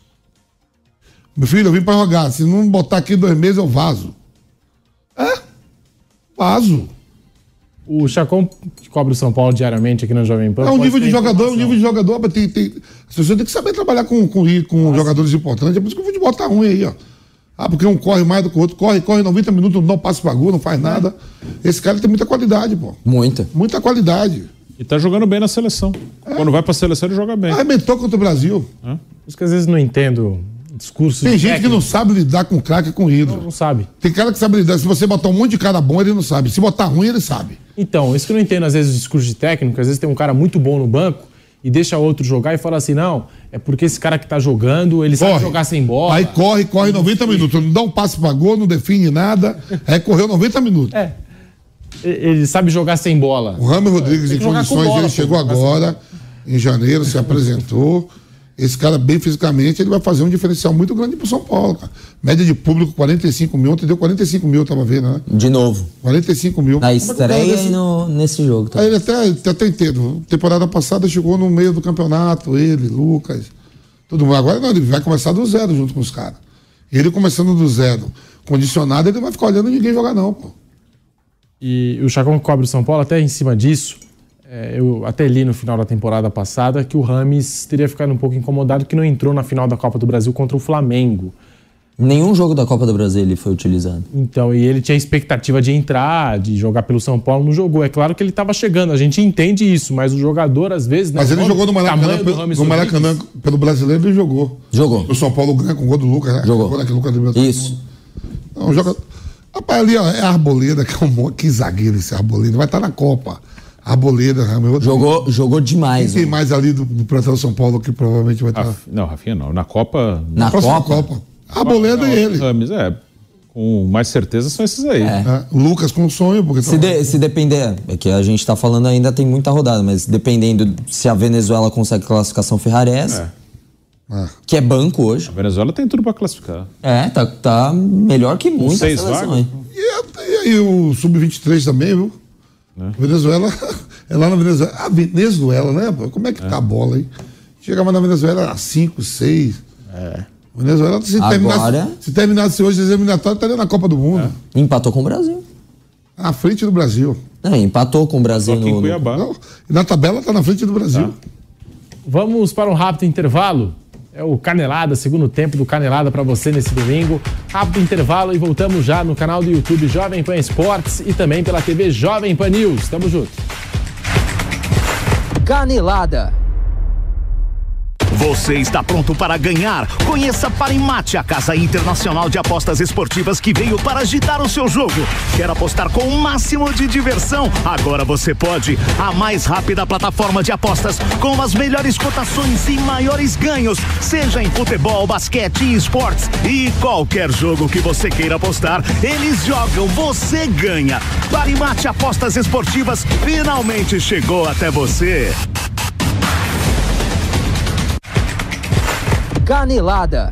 Meu filho, eu vim para jogar. Se não botar aqui dois meses, eu vazo. É? Vazo. O Chacon que cobre o São Paulo diariamente aqui no Jovem Pan. É um nível de jogador, um nível de jogador, mas tem, tem, as pessoas têm que saber trabalhar com, com, com jogadores importantes. É por isso que o futebol tá ruim aí, ó. Ah, porque um corre mais do que o outro, corre, corre noventa minutos, não passa pra gol, não faz nada. Esse cara tem muita qualidade, pô. Muita. Muita qualidade. E tá jogando bem na seleção. É. Quando vai pra seleção, ele joga bem. Arrebentou contra o Brasil. É. Por isso que às vezes não entendo discurso. Tem gente técnico que não sabe lidar com craque e com ídolo. Não, não sabe. Tem cara que sabe lidar. Se você botar um monte de cara bom, ele não sabe. Se botar ruim, ele sabe. Então, isso que eu não entendo, às vezes, o discurso de técnico. Às vezes tem um cara muito bom no banco e deixa outro jogar e fala assim, não, é porque esse cara que tá jogando, ele corre. sabe jogar sem bola. Aí corre, corre noventa minutos. Não dá um passe pra gol, não define nada. Aí correu noventa minutos. É. Ele sabe jogar sem bola. O James Rodrigues, em condições, bola, ele chegou agora, em janeiro, se apresentou. Esse cara, bem fisicamente, ele vai fazer um diferencial muito grande pro São Paulo, cara. Média de público, quarenta e cinco mil. Ontem deu quarenta e cinco mil, eu tava vendo, né? De novo. quarenta e cinco mil. Na estreia desse... e no, nesse jogo. Tá? Aí ele até, até entendo. Temporada passada chegou no meio do campeonato, ele, Lucas, todo mundo. Agora não, ele vai começar do zero junto com os caras. Ele começando do zero, condicionado, ele não vai ficar olhando ninguém jogar, não, pô. E o Chacon que cobre o São Paulo, até em cima disso, é, eu até li no final da temporada passada que o Rames teria ficado um pouco incomodado que não entrou na final da Copa do Brasil contra o Flamengo. Nenhum jogo da Copa do Brasil ele foi utilizado. Então, e ele tinha a expectativa de entrar, de jogar pelo São Paulo, não jogou. É claro que ele estava chegando, a gente entende isso, mas o jogador, às vezes... Mas né, ele jogou no Maracanã, pelo, no Maracanã pelo Brasileiro, ele jogou. Jogou. O São Paulo ganha com o gol do Lucas, né? Jogou. Jogou naquele Lucas do Isso. Não, joga... Rapaz, ali ó, é a Arboleda, que é um que zagueiro esse Arboleda. Vai estar na Copa. Arboleda, Ramiro. Jogou, jogou demais. Quem tem mais ali do, do plantel São Paulo que provavelmente vai estar. Raf... Não, Rafinha não. Na Copa. Na, na Copa? Copa. Arboleda e ele. Rames, é. Com mais certeza são esses aí. É. É, Lucas com sonho. Porque se, de, se depender, é que a gente tá falando ainda tem muita rodada, mas dependendo se a Venezuela consegue classificação, Ferrari é essa. É. Ah. Que é banco hoje. A Venezuela tem tudo para classificar. É, tá, tá melhor que muita seis seleção vagas. aí. E, e aí o sub vinte e três também, viu? É. Venezuela, é lá na Venezuela. A Venezuela, né? Como é que é. tá a bola aí? Chegava na Venezuela a cinco, seis. É. Venezuela, se Agora... terminasse, se terminasse hoje as eliminatórias, estaria na Copa do Mundo. É. Empatou com o Brasil. Na frente do Brasil. É, empatou com o Brasil no... Cuiabá. Não, na tabela está na frente do Brasil. Tá. Vamos para um rápido intervalo. É o Canelada, segundo tempo do Canelada para você nesse domingo. Rápido intervalo e voltamos já no canal do YouTube Jovem Pan Esportes e também pela T V Jovem Pan News. Tamo junto. Canelada. Você está pronto para ganhar? Conheça Parimate, a casa internacional de apostas esportivas que veio para agitar o seu jogo. Quer apostar com o máximo de diversão? Agora você pode. A mais rápida plataforma de apostas com as melhores cotações e maiores ganhos, seja em futebol, basquete e esportes. E qualquer jogo que você queira apostar, eles jogam, você ganha. Parimate Apostas Esportivas finalmente chegou até você. Canelada.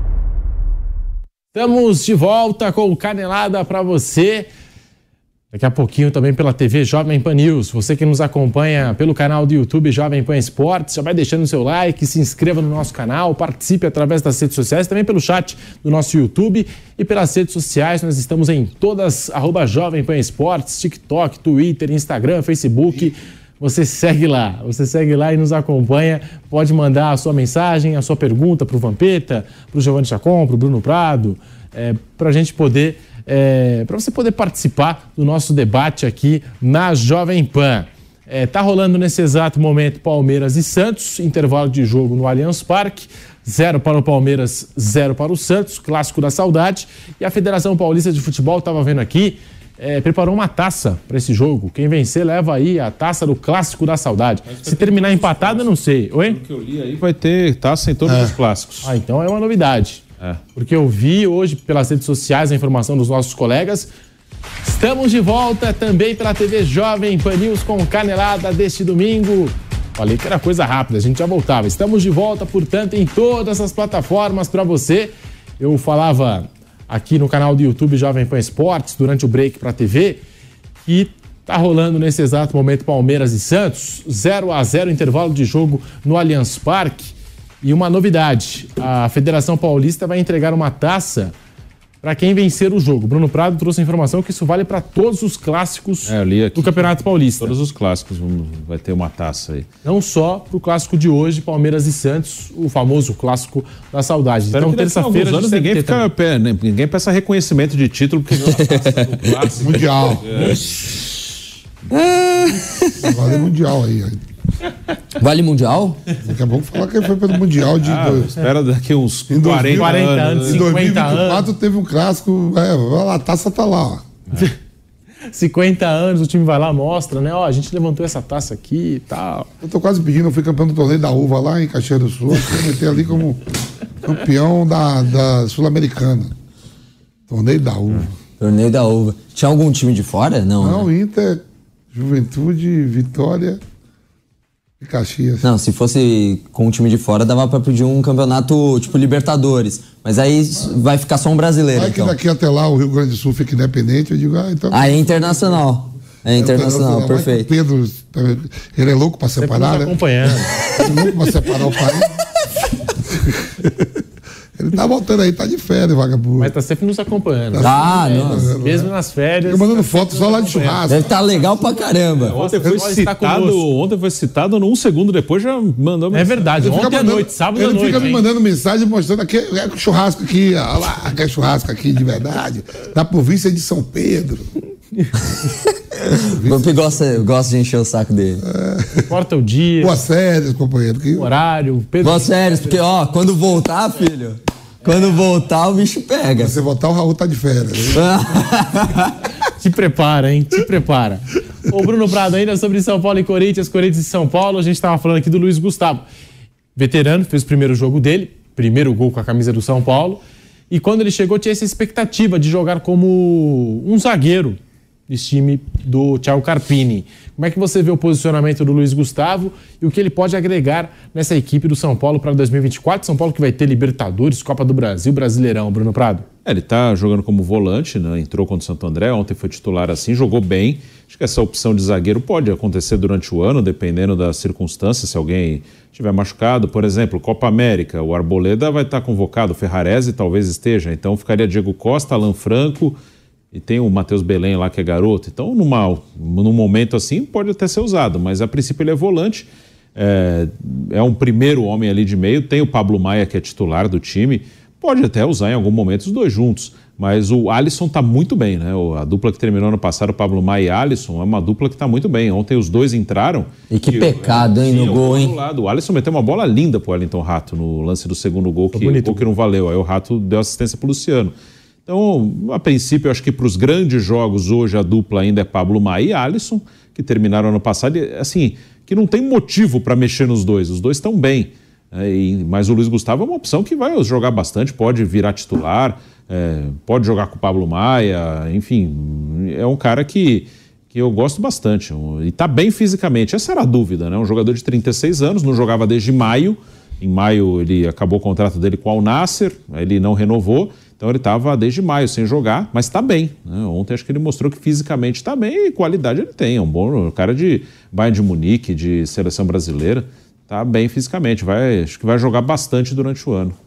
Estamos de volta com o Canelada para você. Daqui a pouquinho também pela T V Jovem Pan News. Você que nos acompanha pelo canal do YouTube Jovem Pan Esportes, já vai deixando o seu like, se inscreva no nosso canal, participe através das redes sociais, também pelo chat do nosso YouTube e pelas redes sociais. Nós estamos em todas, arroba Jovem Pan Esportes, TikTok, Twitter, Instagram, Facebook. Você segue lá, você segue lá e nos acompanha. Pode mandar a sua mensagem, a sua pergunta para o Vampeta, para o Giovanni Chacon, para o Bruno Prado, é, para a gente poder, é, para você poder participar do nosso debate aqui na Jovem Pan. É, tá rolando nesse exato momento Palmeiras e Santos, intervalo de jogo no Allianz Parque. Zero para o Palmeiras, zero para o Santos, clássico da saudade. E a Federação Paulista de Futebol, estava vendo aqui, É, preparou uma taça para esse jogo. Quem vencer leva aí a taça do Clássico da Saudade. Se terminar empatado, eu não sei. Oi? Pelo que eu li aí, vai ter taça em todos é. os clássicos. Ah, então é uma novidade. É. Porque eu vi hoje pelas redes sociais a informação dos nossos colegas. Estamos de volta também pela T V Jovem Pan News com Canelada deste domingo. Falei que era coisa rápida, a gente já voltava. Estamos de volta, portanto, em todas as plataformas para você. Eu falava aqui no canal do YouTube Jovem Pan Esportes, durante o break para a T V, e tá rolando nesse exato momento Palmeiras e Santos, zero a zero, intervalo de jogo no Allianz Parque. E uma novidade, a Federação Paulista vai entregar uma taça para quem vencer o jogo. Bruno Prado trouxe a informação que isso vale para todos os clássicos é, eu li aqui, do Campeonato Paulista. Todos os clássicos vai ter uma taça aí. Não só para o clássico de hoje, Palmeiras e Santos, o famoso clássico da saudade. Espero então, terça-feira, anos ninguém fica pé, né? Ninguém peça reconhecimento de título porque ganhou a taça do clássico. Mundial. É. Vale mundial aí. Vale mundial? Daqui a pouco falar que foi pelo mundial de. Ah, dois... Espera daqui uns em quarenta, quarenta anos, em dois mil e vinte e quatro teve um clássico. É, a taça tá lá, ó. É. cinquenta anos, o time vai lá, mostra, né? Ó, a gente levantou essa taça aqui e tal. Eu tô quase pedindo, eu fui campeão do torneio da uva lá em Caxias do Sul. Eu meter ali como campeão da, da Sul-Americana. Torneio da uva. Torneio da uva. Tinha algum time de fora? Não. Não, né? Inter, Juventude, Vitória. Caxias. Não, se fosse com um time de fora, dava pra pedir um campeonato tipo Libertadores. Mas aí vai ficar só um brasileiro. Vai então. que daqui até lá o Rio Grande do Sul fica independente, eu digo, ah, então. Ah, é internacional. É internacional, é perfeito. O Pedro, ele é louco pra separar, né? acompanhando. Ele é louco pra separar o país. Ele tá voltando aí, tá de férias, vagabundo. Mas tá sempre nos acompanhando. Ah, não. Mesmo nas férias. Fica mandando foto só lá de churrasco. Deve estar tá legal pra caramba. Ontem foi, citado, ontem foi citado, um segundo depois já mandou mensagem. É verdade, ele ontem mandando, à noite, sábado à ele noite. Ele fica hein? me mandando mensagem mostrando aqui, é churrasco aqui, olha lá, que é churrasco aqui de verdade, da província de São Pedro. Eu gosto, gosto de encher o saco dele. É. Importa o dia. Boas férias, companheiro. Que... O horário. Pedro... Boas férias, porque ó, quando voltar, filho, quando voltar o bicho pega. Se você voltar, o Raul tá de férias. Se prepara, hein? Se prepara. Ô Bruno Prado, ainda sobre São Paulo e Corinthians, Corinthians e São Paulo, a gente tava falando aqui do Luiz Gustavo. Veterano, fez o primeiro jogo dele, primeiro gol com a camisa do São Paulo, e quando ele chegou tinha essa expectativa de jogar como um zagueiro desse time do Thiago Carpini. Como é que você vê o posicionamento do Luiz Gustavo e o que ele pode agregar nessa equipe do São Paulo para dois mil e vinte e quatro? São Paulo que vai ter Libertadores, Copa do Brasil, Brasileirão, Bruno Prado. É, ele tá jogando como volante, né? Entrou contra o Santo André, ontem foi titular assim, jogou bem. Acho que essa opção de zagueiro pode acontecer durante o ano, dependendo das circunstâncias, se alguém estiver machucado. Por exemplo, Copa América, o Arboleda vai estar convocado, o Ferrarese talvez esteja, então ficaria Diego Costa, Alan Franco e tem o Matheus Belém lá que é garoto. Então, numa, num momento assim, pode até ser usado, mas a princípio ele é volante, é, é um primeiro homem ali de meio, tem o Pablo Maia que é titular do time, pode até usar em algum momento os dois juntos, mas o Alisson está muito bem, né? A dupla que terminou ano passado, o Pablo Maia e Alisson, é uma dupla que está muito bem. Ontem os dois entraram. E que e, pecado, é, hein, sim, no gol, hein? Lado. O Alisson meteu uma bola linda pro Wellington Rato no lance do segundo gol, que, o gol que não valeu. Aí o Rato deu assistência pro Luciano. Então, a princípio, eu acho que para os grandes jogos hoje a dupla ainda é Pablo Maia e Alisson, que terminaram ano passado. E, assim, que não tem motivo para mexer nos dois. Os dois estão bem. É, e, mas o Luiz Gustavo é uma opção que vai jogar bastante, pode virar titular, é, pode jogar com o Pablo Maia, enfim, é um cara que, que eu gosto bastante e está bem fisicamente. Essa era a dúvida, né? Um jogador de trinta e seis anos, não jogava desde maio, em maio ele acabou o contrato dele com o Al Nassr, ele não renovou, então ele estava desde maio sem jogar, mas está bem, né? Ontem acho que ele mostrou que fisicamente está bem e qualidade ele tem, é um bom cara de Bayern de Munique, de seleção brasileira. Tá bem fisicamente, vai, acho que vai jogar bastante durante o ano.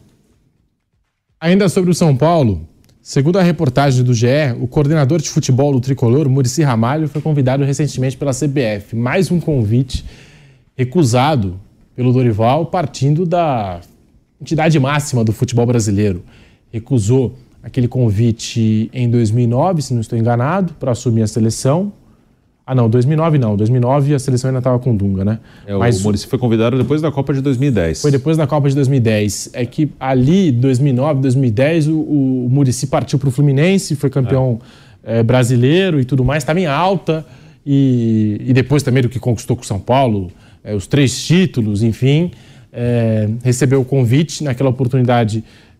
Ainda sobre o São Paulo, segundo a reportagem do G E, o coordenador de futebol do Tricolor, Muricy Ramalho, foi convidado recentemente pela C B F. Mais um convite recusado pelo Dorival, partindo da entidade máxima do futebol brasileiro. Recusou aquele convite em dois mil e nove, se não estou enganado, para assumir a seleção. Ah, não, dois mil e nove não. dois mil e nove a seleção ainda estava com o Dunga, né? É, Mas o Muricy foi convidado depois da Copa de dois mil e dez. Foi depois da Copa de dois mil e dez. É que ali, dois mil e nove, dois mil e dez, o, o Muricy partiu para o Fluminense, foi campeão é. É, brasileiro e tudo mais, estava em alta. E, e depois também do que conquistou com o São Paulo, é, os três títulos, enfim. É, recebeu o convite naquela oportunidade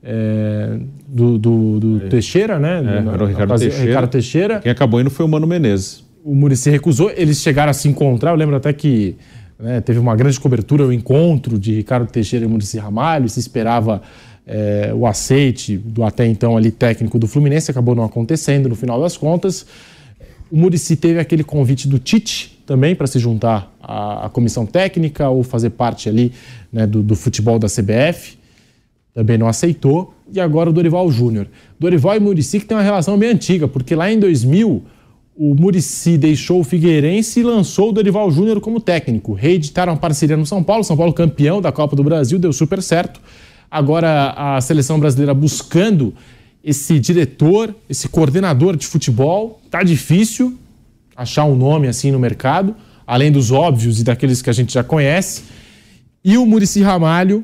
é, do, do, do é. Teixeira, né? É, Na, era o Ricardo Teixeira. Ricardo Teixeira. Quem acabou indo foi o Mano Menezes. O Muricy recusou, eles chegaram a se encontrar, eu lembro até que né, teve uma grande cobertura, o encontro de Ricardo Teixeira e Muricy Ramalho, se esperava é, o aceite do até então ali técnico do Fluminense, acabou não acontecendo no final das contas. O Muricy teve aquele convite do Tite também para se juntar à, à comissão técnica ou fazer parte ali né, do, do futebol da C B F, também não aceitou, e agora o Dorival Júnior. Dorival e Muricy que tem uma relação bem antiga, porque lá em dois mil... o Muricy deixou o Figueirense e lançou o Dorival Júnior como técnico. Reeditaram a parceria no São Paulo, São Paulo campeão da Copa do Brasil, deu super certo. Agora a seleção brasileira buscando esse diretor, esse coordenador de futebol. Tá difícil achar um nome assim no mercado, além dos óbvios e daqueles que a gente já conhece. E o Muricy Ramalho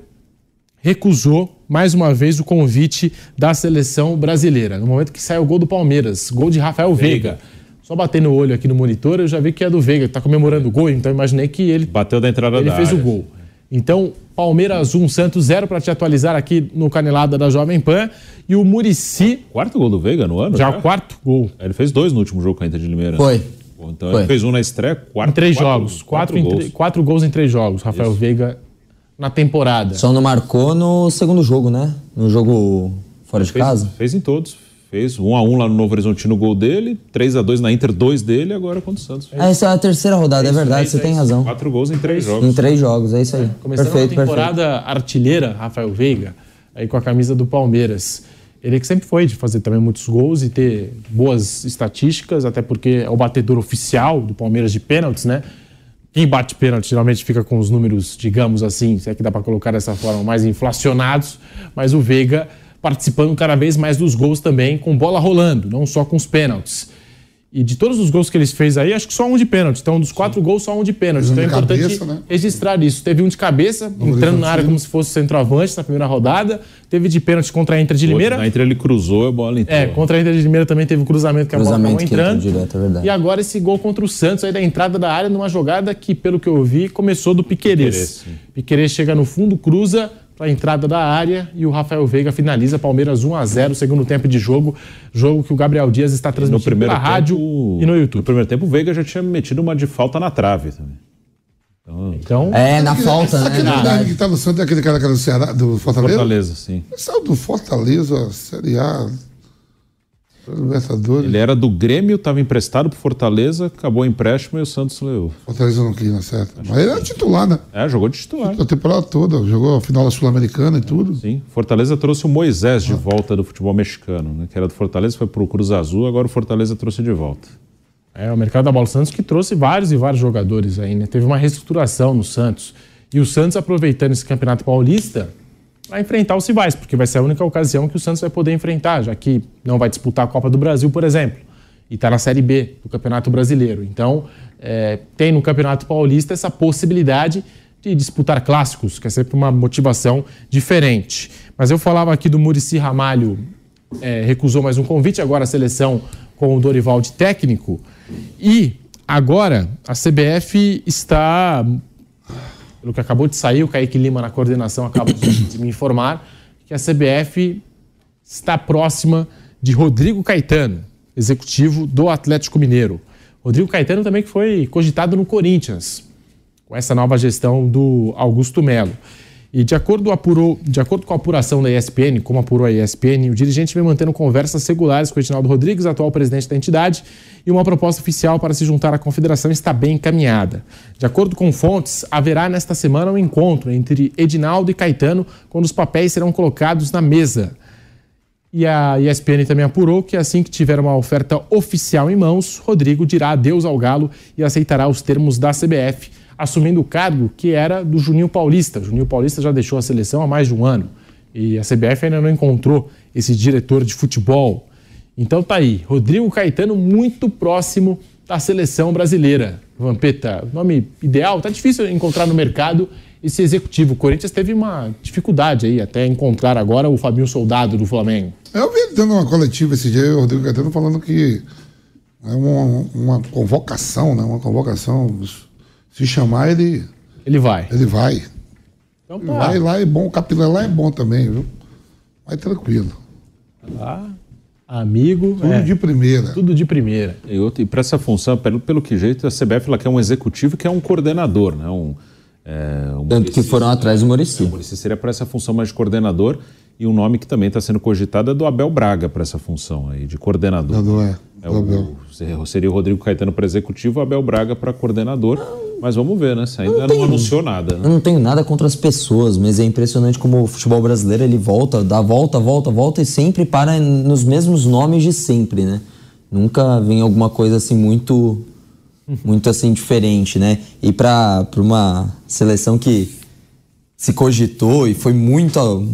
recusou mais uma vez o convite da seleção brasileira. No momento que sai o gol do Palmeiras, gol de Rafael Veiga. Veiga. Só bater no olho aqui no monitor, eu já vi que é do Veiga, que tá comemorando o gol, então imaginei que ele... Bateu da entrada ele da fez área. o gol. Então, Palmeiras um, Santos zero, para te atualizar aqui no Canelada da Jovem Pan. E o Muricy... Quarto gol do Veiga no ano? Já o quarto gol. Ele fez dois no último jogo com a Inter de Limeira. Foi. Pô, então Foi. ele fez um na estreia, quatro, em três quatro, jogos. Quatro, quatro, em gols. tre... quatro gols em três jogos, Rafael Isso. Veiga na temporada. Só não marcou no segundo jogo, né? No jogo fora de fez, casa. Fez em todos. Fez um a um lá no Novo Horizontino, gol dele, três a dois na Inter, dois dele, agora contra o Santos. É, essa é a terceira rodada, é, é verdade, é isso, você é tem isso. razão. Quatro gols em três jogos. Em três jogos, é isso aí. Começando perfeito, a temporada perfeito. artilheira, Rafael Veiga, aí com a camisa do Palmeiras. Ele que sempre foi de fazer também muitos gols e ter boas estatísticas, até porque é o batedor oficial do Palmeiras de pênaltis, né? Quem bate pênalti geralmente fica com os números, digamos assim, se é que dá para colocar dessa forma, mais inflacionados, mas o Veiga participando cada vez mais dos gols também, com bola rolando, não só com os pênaltis. E de todos os gols que ele fez aí, acho que só um de pênalti. Então, dos quatro Sim. gols, só um de pênalti. Um então é importante cabeça, né? registrar isso. Teve um de cabeça, no entrando na área como se fosse centroavante na primeira rodada. Teve de pênalti contra a Inter de Limeira. Na Inter ele cruzou, a bola entrou. É, contra a Inter de Limeira também teve o cruzamento que cruzamento a bola acabou entrando. Direto, é verdade. E agora esse gol contra o Santos aí da entrada da área, numa jogada que, pelo que eu vi, começou do Piquerez. Piquerez chega no fundo, cruza para a entrada da área e o Rafael Veiga finaliza. Palmeiras um a zero, segundo tempo de jogo. Jogo que o Gabriel Dias está transmitindo pela tempo, rádio e no YouTube. No primeiro tempo o Veiga já tinha metido uma de falta na trave também. Então, então é, na falta, né? Aquele cara que tá no Santos é aquele cara que era do Ceará, do Fortaleza? Fortaleza, sim. Ele saiu do Fortaleza, Série A. Libertadores. Ele era do Grêmio, estava emprestado pro Fortaleza, acabou o empréstimo e o Santos levou. Fortaleza não quis, não é certo. Mas ele era titular, né? É, jogou de titular. A temporada toda, jogou a final da Sul-Americana e tudo. Sim, Fortaleza trouxe o Moisés de volta do futebol mexicano, né? Que era do Fortaleza, foi pro Cruz Azul, agora o Fortaleza trouxe de volta. É, o mercado da bola Santos que trouxe vários e vários jogadores aí, né? Teve uma reestruturação no Santos. E o Santos, aproveitando esse Campeonato Paulista, vai enfrentar os rivais, porque vai ser a única ocasião que o Santos vai poder enfrentar, já que não vai disputar a Copa do Brasil, por exemplo, e está na Série B do Campeonato Brasileiro. Então, é, tem no Campeonato Paulista essa possibilidade de disputar clássicos, que é sempre uma motivação diferente. Mas eu falava aqui do Muricy Ramalho, é, recusou mais um convite, agora a seleção com o Dorival de técnico, e agora a C B F está... Pelo que acabou de sair, o Kaique Lima na coordenação acaba de me informar que a C B F está próxima de Rodrigo Caetano, executivo do Atlético Mineiro. Rodrigo Caetano também que foi cogitado no Corinthians, com essa nova gestão do Augusto Melo. E de acordo, apurou, de acordo com a apuração da E S P N, como apurou a E S P N, o dirigente vem mantendo conversas regulares com o Edinaldo Rodrigues, atual presidente da entidade, e uma proposta oficial para se juntar à confederação está bem encaminhada. De acordo com fontes, haverá nesta semana um encontro entre Edinaldo e Caetano, quando os papéis serão colocados na mesa. E a E S P N também apurou que assim que tiver uma oferta oficial em mãos, Rodrigo dirá adeus ao Galo e aceitará os termos da C B F, assumindo o cargo que era do Juninho Paulista. O Juninho Paulista já deixou a seleção há mais de um ano e a C B F ainda não encontrou esse diretor de futebol. Então tá aí, Rodrigo Caetano muito próximo da seleção brasileira. Vampeta, nome ideal, tá difícil encontrar no mercado esse executivo. O Corinthians teve uma dificuldade aí até encontrar agora o Fabinho Soldado do Flamengo. Eu vi ele dando uma coletiva esse dia, o Rodrigo Caetano falando que é uma, uma convocação, né? Uma convocação... Se chamar, ele... Ele vai. Ele vai. Então, ele vai lá, é bom. O Capilé lá é bom também, viu? Vai tranquilo. Lá, amigo... Tudo é, de primeira. Tudo de primeira. E, e para essa função, pelo, pelo que jeito, a C B F ela quer um executivo que é um coordenador, né? Um, é, um Tanto Muricy, que foram atrás do Muricy. O Muricy seria para essa função mais de coordenador e um nome que também está sendo cogitado é do Abel Braga para essa função aí, de coordenador. Não, é. É o, seria o Rodrigo Caetano para executivo, o Abel Braga para coordenador. Mas vamos ver, né? Você ainda não, tem, não anunciou nada. Né? Eu não tenho nada contra as pessoas, mas é impressionante como o futebol brasileiro ele volta, dá volta, volta, volta e sempre para nos mesmos nomes de sempre, né? Nunca vem alguma coisa assim muito, muito assim diferente, né? E para uma seleção que se cogitou e foi muito,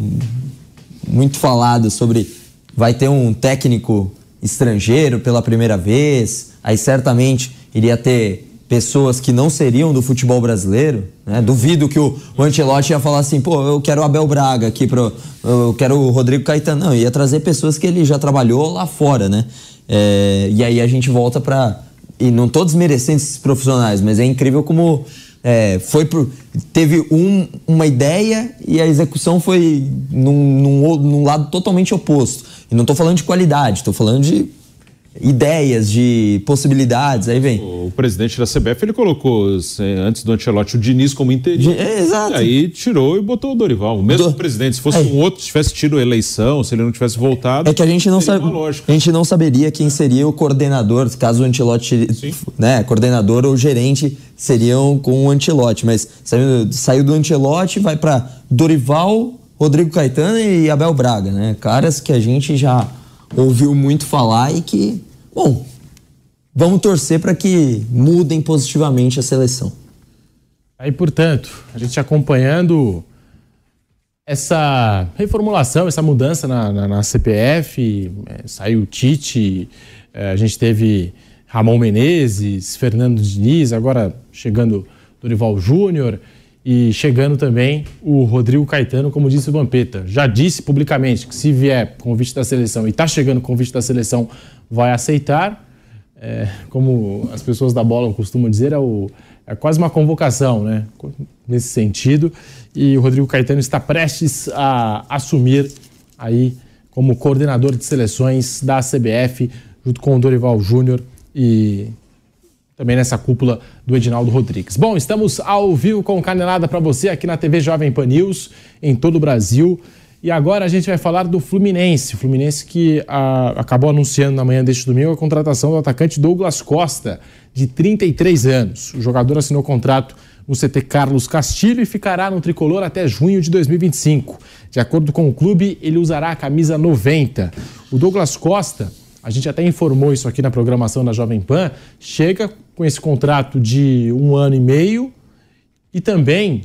muito falado sobre vai ter um técnico estrangeiro pela primeira vez, aí certamente iria ter pessoas que não seriam do futebol brasileiro, né? Duvido que o, o Ancelotti ia falar assim, pô, eu quero o Abel Braga aqui, pro, eu quero o Rodrigo Caetano. Não, ia trazer pessoas que ele já trabalhou lá fora, né? É, e aí a gente volta para... E não tô desmerecendo esses profissionais, mas é incrível como é, foi pro, teve um, uma ideia e a execução foi num, num, num lado totalmente oposto. E não tô falando de qualidade, tô falando de ideias, de possibilidades, aí vem. O presidente da C B F, ele colocou, antes do Ancelotti, o Diniz como interino. É, exato. E aí tirou e botou o Dorival. O mesmo Do... presidente, se fosse é. um outro, tivesse tido a eleição, se ele não tivesse voltado... É que a gente não sabe, a gente não saberia quem seria o coordenador, caso o Ancelotti, Sim. né, coordenador ou gerente seriam com o Ancelotti, mas saiu, saiu do Ancelotti, vai para Dorival, Rodrigo Caetano e Abel Braga, né? Caras que a gente já ouviu muito falar e que, bom, vamos torcer para que mudem positivamente a seleção. Aí, portanto, a gente acompanhando essa reformulação, essa mudança na, na, na C P F, é, saiu o Tite, é, a gente teve Ramon Menezes, Fernando Diniz, agora chegando Dorival Júnior e chegando também o Rodrigo Caetano, como disse o Vampeta. Já disse publicamente que se vier convite da seleção e está chegando convite da seleção, vai aceitar. É, como as pessoas da bola costumam dizer, é, o, é quase uma convocação, né? Nesse sentido. E o Rodrigo Caetano está prestes a assumir aí como coordenador de seleções da C B F, junto com o Dorival Júnior e também nessa cúpula do Edinaldo Rodrigues. Bom, estamos ao vivo com Canelada para você aqui na T V Jovem Pan News, em todo o Brasil. E agora a gente vai falar do Fluminense. O Fluminense que a, acabou anunciando na manhã deste domingo a contratação do atacante Douglas Costa, de trinta e três anos. O jogador assinou contrato no C T Carlos Castilho e ficará no tricolor até junho de dois mil e vinte e cinco. De acordo com o clube, ele usará a camisa noventa. O Douglas Costa, a gente até informou isso aqui na programação da Jovem Pan, chega com esse contrato de um ano e meio e também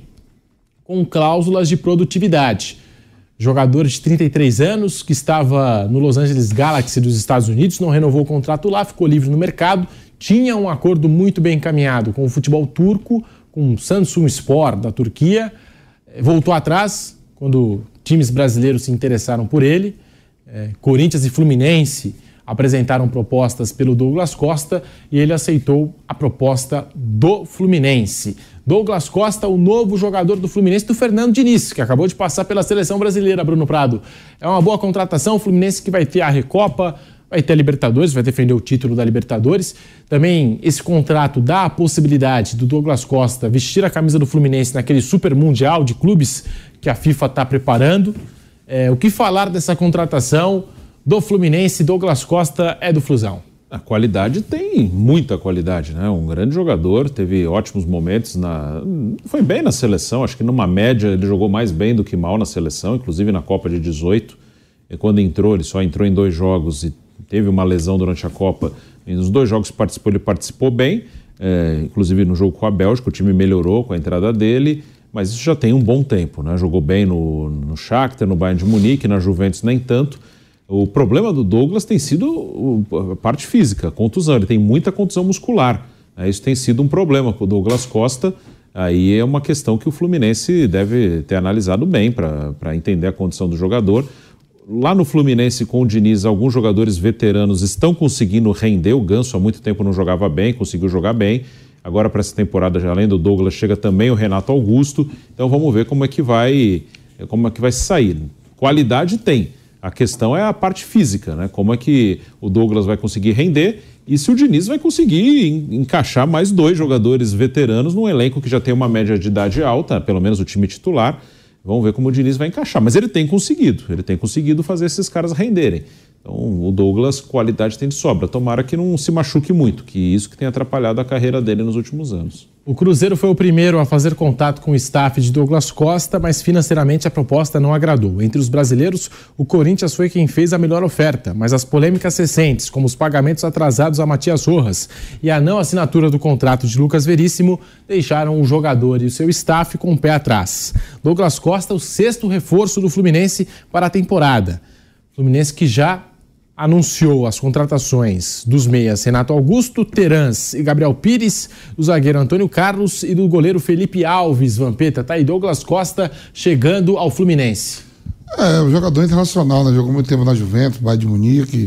com cláusulas de produtividade. Jogador de trinta e três anos que estava no Los Angeles Galaxy dos Estados Unidos, não renovou o contrato lá, ficou livre no mercado, tinha um acordo muito bem encaminhado com o futebol turco, com o Samsunspor da Turquia, voltou atrás quando times brasileiros se interessaram por ele. É, Corinthians e Fluminense apresentaram propostas pelo Douglas Costa e ele aceitou a proposta do Fluminense. Douglas Costa, o novo jogador do Fluminense, do Fernando Diniz, que acabou de passar pela seleção brasileira, Bruno Prado. É uma boa contratação, o Fluminense que vai ter a Recopa, vai ter a Libertadores, vai defender o título da Libertadores. Também esse contrato dá a possibilidade do Douglas Costa vestir a camisa do Fluminense naquele super mundial de clubes que a FIFA está preparando. É, o que falar dessa contratação do Fluminense? Douglas Costa é do Flusão. A qualidade tem muita qualidade, né? Um grande jogador, teve ótimos momentos, na... foi bem na seleção, acho que numa média ele jogou mais bem do que mal na seleção, inclusive na Copa de dezoito. E quando entrou, ele só entrou em dois jogos e teve uma lesão durante a Copa. E nos dois jogos que participou, ele participou bem, é, inclusive no jogo com a Bélgica, o time melhorou com a entrada dele, mas isso já tem um bom tempo, né? Jogou bem no, no Shakhtar, no Bayern de Munique, na Juventus nem tanto. O problema do Douglas tem sido a parte física, a contusão. Ele tem muita contusão muscular. Né? Isso tem sido um problema para o Douglas Costa. Aí é uma questão que o Fluminense deve ter analisado bem para entender a condição do jogador. Lá no Fluminense, com o Diniz, alguns jogadores veteranos estão conseguindo render. O Ganso há muito tempo não jogava bem, conseguiu jogar bem. Agora, para essa temporada, já além do Douglas, chega também o Renato Augusto. Então vamos ver como é que vai, como é que vai sair. Qualidade tem. A questão é a parte física, né? Como é que o Douglas vai conseguir render e se o Diniz vai conseguir en- encaixar mais dois jogadores veteranos num elenco que já tem uma média de idade alta, pelo menos o time titular. Vamos ver como o Diniz vai encaixar. Mas ele tem conseguido, ele tem conseguido fazer esses caras renderem. Então o Douglas, qualidade tem de sobra. Tomara que não se machuque muito, que isso que tem atrapalhado a carreira dele nos últimos anos. O Cruzeiro foi o primeiro a fazer contato com o staff de Douglas Costa, mas financeiramente a proposta não agradou. Entre os brasileiros, o Corinthians foi quem fez a melhor oferta, mas as polêmicas recentes, como os pagamentos atrasados a Matias Rojas e a não assinatura do contrato de Lucas Veríssimo, deixaram o jogador e o seu staff com o pé atrás. Douglas Costa, o sexto reforço do Fluminense para a temporada. Fluminense que já anunciou as contratações dos meias Renato Augusto, Terans e Gabriel Pires, do zagueiro Antônio Carlos e do goleiro Felipe Alves. Vampeta, tá aí Douglas Costa chegando ao Fluminense. É, um jogador internacional, né? Jogou muito tempo na Juventus, Bayern de Munique.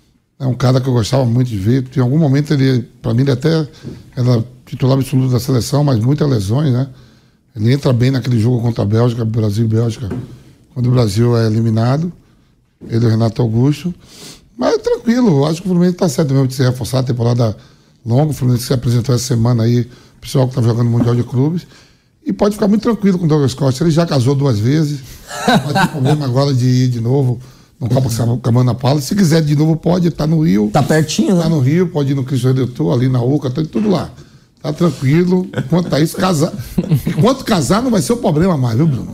É um cara que eu gostava muito de ver. Em algum momento ele, para mim, ele até era titular absoluto da seleção, mas muitas lesões, né? Ele entra bem naquele jogo contra a Bélgica, Brasil e Bélgica, quando o Brasil é eliminado. Ele e o Renato Augusto. Mas tranquilo, acho que o Fluminense está certo mesmo de se reforçar, a temporada longa. O Fluminense se apresentou essa semana aí, o pessoal que está jogando no Mundial de Clubes. E pode ficar muito tranquilo com o Douglas Costa. Ele já casou duas vezes, não tem problema agora de ir de novo no Copacabana Palace. Se quiser de novo, pode, estar tá no Rio. Tá pertinho, né? Tá no Rio, pode ir no Cristo Redentor, ali na Uca, tá tudo lá. Tá tranquilo. Enquanto isso, casar. Enquanto casar, não vai ser o problema mais, viu, Bruno?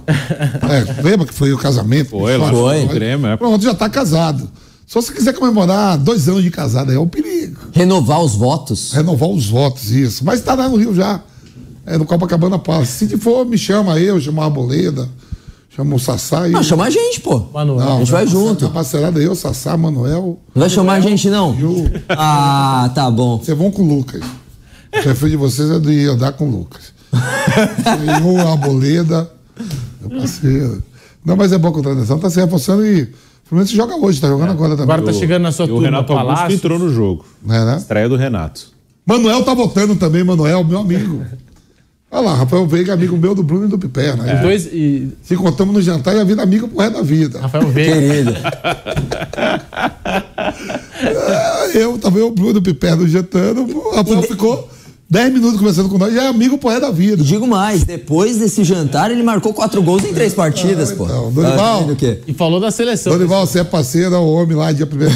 É, lembra que foi o casamento? Foi, lá foi. no Grêmio, é. Pronto, já tá casado. Só se quiser comemorar dois anos de casado, aí é um perigo. Renovar os votos. Renovar os votos, isso. Mas tá lá no Rio já. É no Copacabana Palace. Se for, me chama aí, eu chamo a Arboleda, chamo o Sassá. E... Não, chama a gente, pô. Manuel. Não, a gente vai junto. A parcerada eu, Sassá, Manuel. Não vai chamar a gente, não? Ju. Ah, tá bom. Vocês vão com o Lucas. O perfil de vocês é de andar com o Lucas. Eu, a Arboleda, meu parceiro. Não, mas é boa contratação, tá se reforçando e o Fluminense joga hoje, tá jogando é. agora também. Agora tá chegando na sua E turma, o Renato Augusto Palácio. entrou no jogo. É, né? Estreia do Renato. Manuel tá votando também, Manuel, meu amigo. Olha lá, Rafael Veiga, amigo meu do Bruno e do Piperna. Os dois e... Se contamos no jantar, ia vir amigo pro resto da vida. Rafael Veiga. Querido. Eu também, o Bruno e o Piperna jantando, o Rafael ficou dez minutos conversando com nós, já é amigo pro resto da vida. Digo mais, depois desse jantar ele marcou quatro gols em três partidas, ah, pô. Então, Dorival, ah, quê? E falou da seleção. Dorival, você é parceiro, é o homem lá, dia primeiro.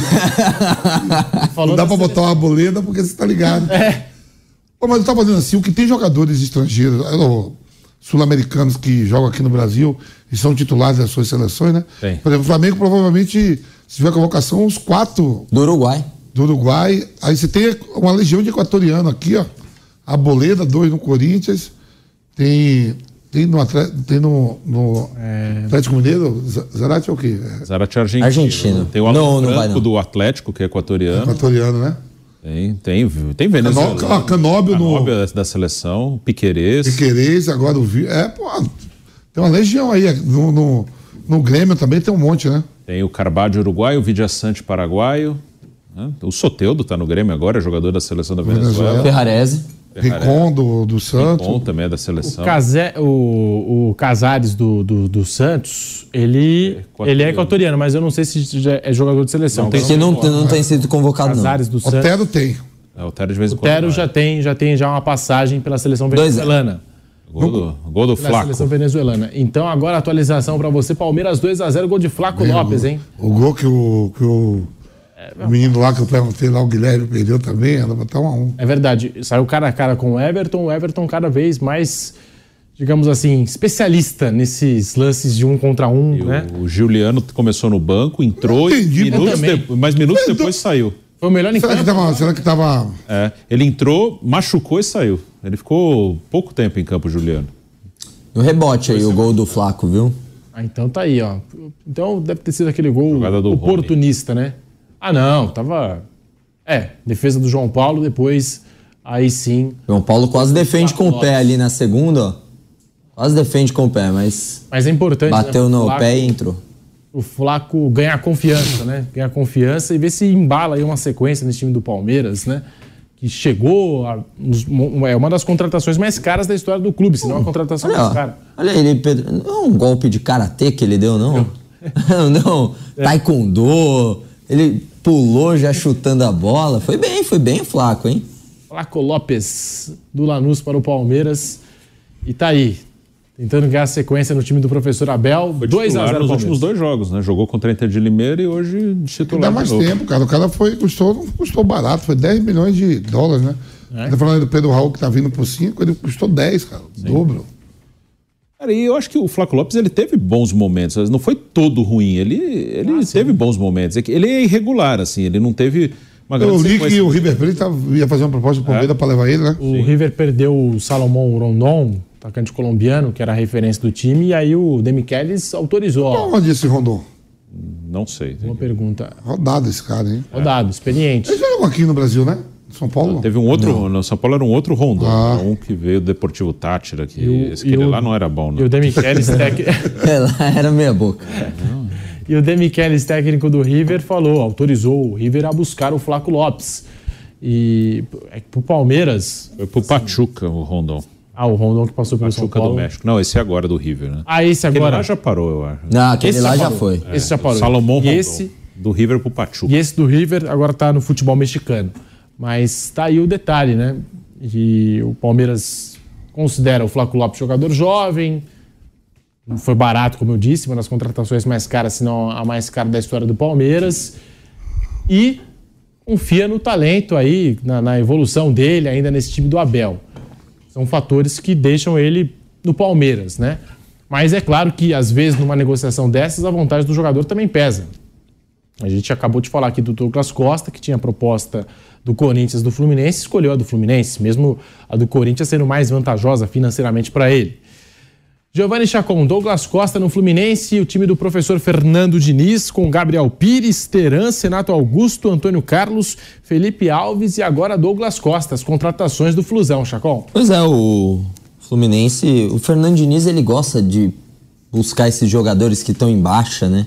Não dá pra botar uma boleda porque você tá ligado. É. Pô, mas eu tava dizendo assim, o que tem jogadores estrangeiros, sul-americanos que jogam aqui no Brasil e são titulares das suas seleções, né? Tem. Por exemplo, o Flamengo provavelmente, se tiver convocação, uns quatro Do Uruguai. do Uruguai. Aí você tem uma legião de equatoriano aqui, ó. A Boleda, dois no Corinthians. Tem, tem no, Atlético, tem no, no É... Atlético Mineiro. Zarate é o quê? É Zarate é argentino. Argentino. Tem o Alan Não, não vai, Franco não. do Atlético, que é equatoriano. equatoriano, né? Tem, tem, tem venezuelano. Canó- ah, Canóbio no- Canóbio é da seleção, Piquerez. Piquerez, agora o Vi. É, pô. Tem uma legião aí. No, no, no Grêmio também tem um monte, né? Tem o Carvalho uruguaio, o Vidiaçante paraguaio. Né? O Soteldo tá no Grêmio agora, é jogador da seleção da Venezuela. Venezuela. Ferrarese. Ricon do, do Santos. Ricon também é da seleção. O, Casé, o, o Casares do, do, do Santos, ele é, ele é equatoriano, mas eu não sei se já é jogador de seleção. Não tem Que não, não tem sido convocado, não. Casares do O Santos. Tero tem. É, o Tero de vez em O quando. Tero vai. já tem, já tem já uma passagem pela seleção Dois venezuelana. Gol do, gol do Pela Flaco. seleção venezuelana. Então agora a atualização pra você, Palmeiras dois a zero, gol de Flaco Lopes, hein? O gol que o, que o, o menino lá que eu perguntei lá, o Guilherme, perdeu também, ela botar um a um. É verdade, saiu cara a cara com o Everton, o Everton cada vez mais, digamos assim, especialista nesses lances de um contra um, E né? O Juliano começou no banco, entrou e Entendi, minutos também. depois, mas minutos depois saiu. Foi o melhor em Será que campo. tava. Será que tava... É, ele entrou, machucou e saiu. Ele ficou pouco tempo em campo, o Juliano. No rebote aí, o gol do Flaco, viu? Ah, então tá aí, ó. Então deve ter sido aquele gol Jogada do oportunista, né? Ah, não, tava... É, defesa do João Paulo, depois, aí sim... João Paulo quase defende com o pé ali na segunda, ó. Quase defende com o pé, mas Mas é importante, bateu né? no Flaco- pé e entrou. O Flaco ganhar confiança, né? Ganhar confiança e ver se embala aí uma sequência nesse time do Palmeiras, né? Que chegou a, uns- é uma das contratações mais caras da história do clube, se não a contratação Olha, mais ó, cara. olha ele, Pedro. Não é um golpe de karatê que ele deu, não. Não, taekwondo. Ele pulou já chutando a bola. Foi bem, foi bem o Flaco, hein? Flaco Lopes do Lanús para o Palmeiras. E tá aí, tentando ganhar sequência no time do professor Abel. Foi dois a titular zero nos Palmeiras. últimos dois jogos, né? Jogou contra a Inter de Limeira e hoje titular. Dá de mais novo. tempo, cara. O cara foi, custou, não custou barato, foi dez milhões de dólares, né? É. Tá falando aí do Pedro Raul que tá vindo por cinco, ele custou dez, cara. Dobro. Cara, e eu acho que o Flaco Lopes ele teve bons momentos, não foi todo ruim, ele, ele Ah, teve bons momentos. É que ele é irregular, assim, ele não teve uma grande Eu li sequência. que o River Plate tava- ia fazer uma proposta pro Palmeiras pra levar ele, né? O River perdeu o Salomão Rondon, atacante colombiano, que era a referência do time, e aí o Demichelis autorizou. Ó, Onde esse Rondon? Não sei. uma pergunta. Rodado esse cara, hein? Rodado, experiente. Ele já jogou aqui no Brasil, né? São Paulo? Teve um outro, no São Paulo era um outro Rondon, Ah. um que veio do Deportivo Tátira, que o- esse e aquele o- lá não era bom, E não. o Demichelis, tec... Ela era meia boca. e o Demichelis, técnico do River, falou, autorizou o River a buscar o Flaco Lopes. E é que pro Palmeiras, Foi pro Pachuca, o Rondon. ah, o Rondon que passou pelo São Pachuca do Paulo. México. Não, esse é agora do River, né? Ah, esse Aquele agora. lá já parou, eu acho. Não, aquele Esse lá já parou. foi. Esse já parou. Salomão e Rondon, esse, do River pro Pachuca. e esse do River agora tá no futebol mexicano. Mas tá aí o detalhe, né? E o Palmeiras considera o Flaco Lopes jogador jovem. Foi barato, como eu disse, uma das contratações mais caras, se não a mais cara da história do Palmeiras. E confia no talento aí, na, na evolução dele ainda nesse time do Abel. São fatores que deixam ele no Palmeiras, né? Mas é claro que, às vezes, numa negociação dessas, a vontade do jogador também pesa. A gente acabou de falar aqui do Douglas Costa, que tinha a proposta do Corinthians, do Fluminense, escolheu a do Fluminense, mesmo a do Corinthians sendo mais vantajosa financeiramente para ele. Giovanni Chacon, Douglas Costa no Fluminense, o time do professor Fernando Diniz, com Gabriel Pires, Teran, Renato Augusto, Antônio Carlos, Felipe Alves e agora Douglas Costa, as contratações do Flusão, Chacon. Pois é, o Fluminense, o Fernando Diniz, ele gosta de buscar esses jogadores que estão em baixa, né?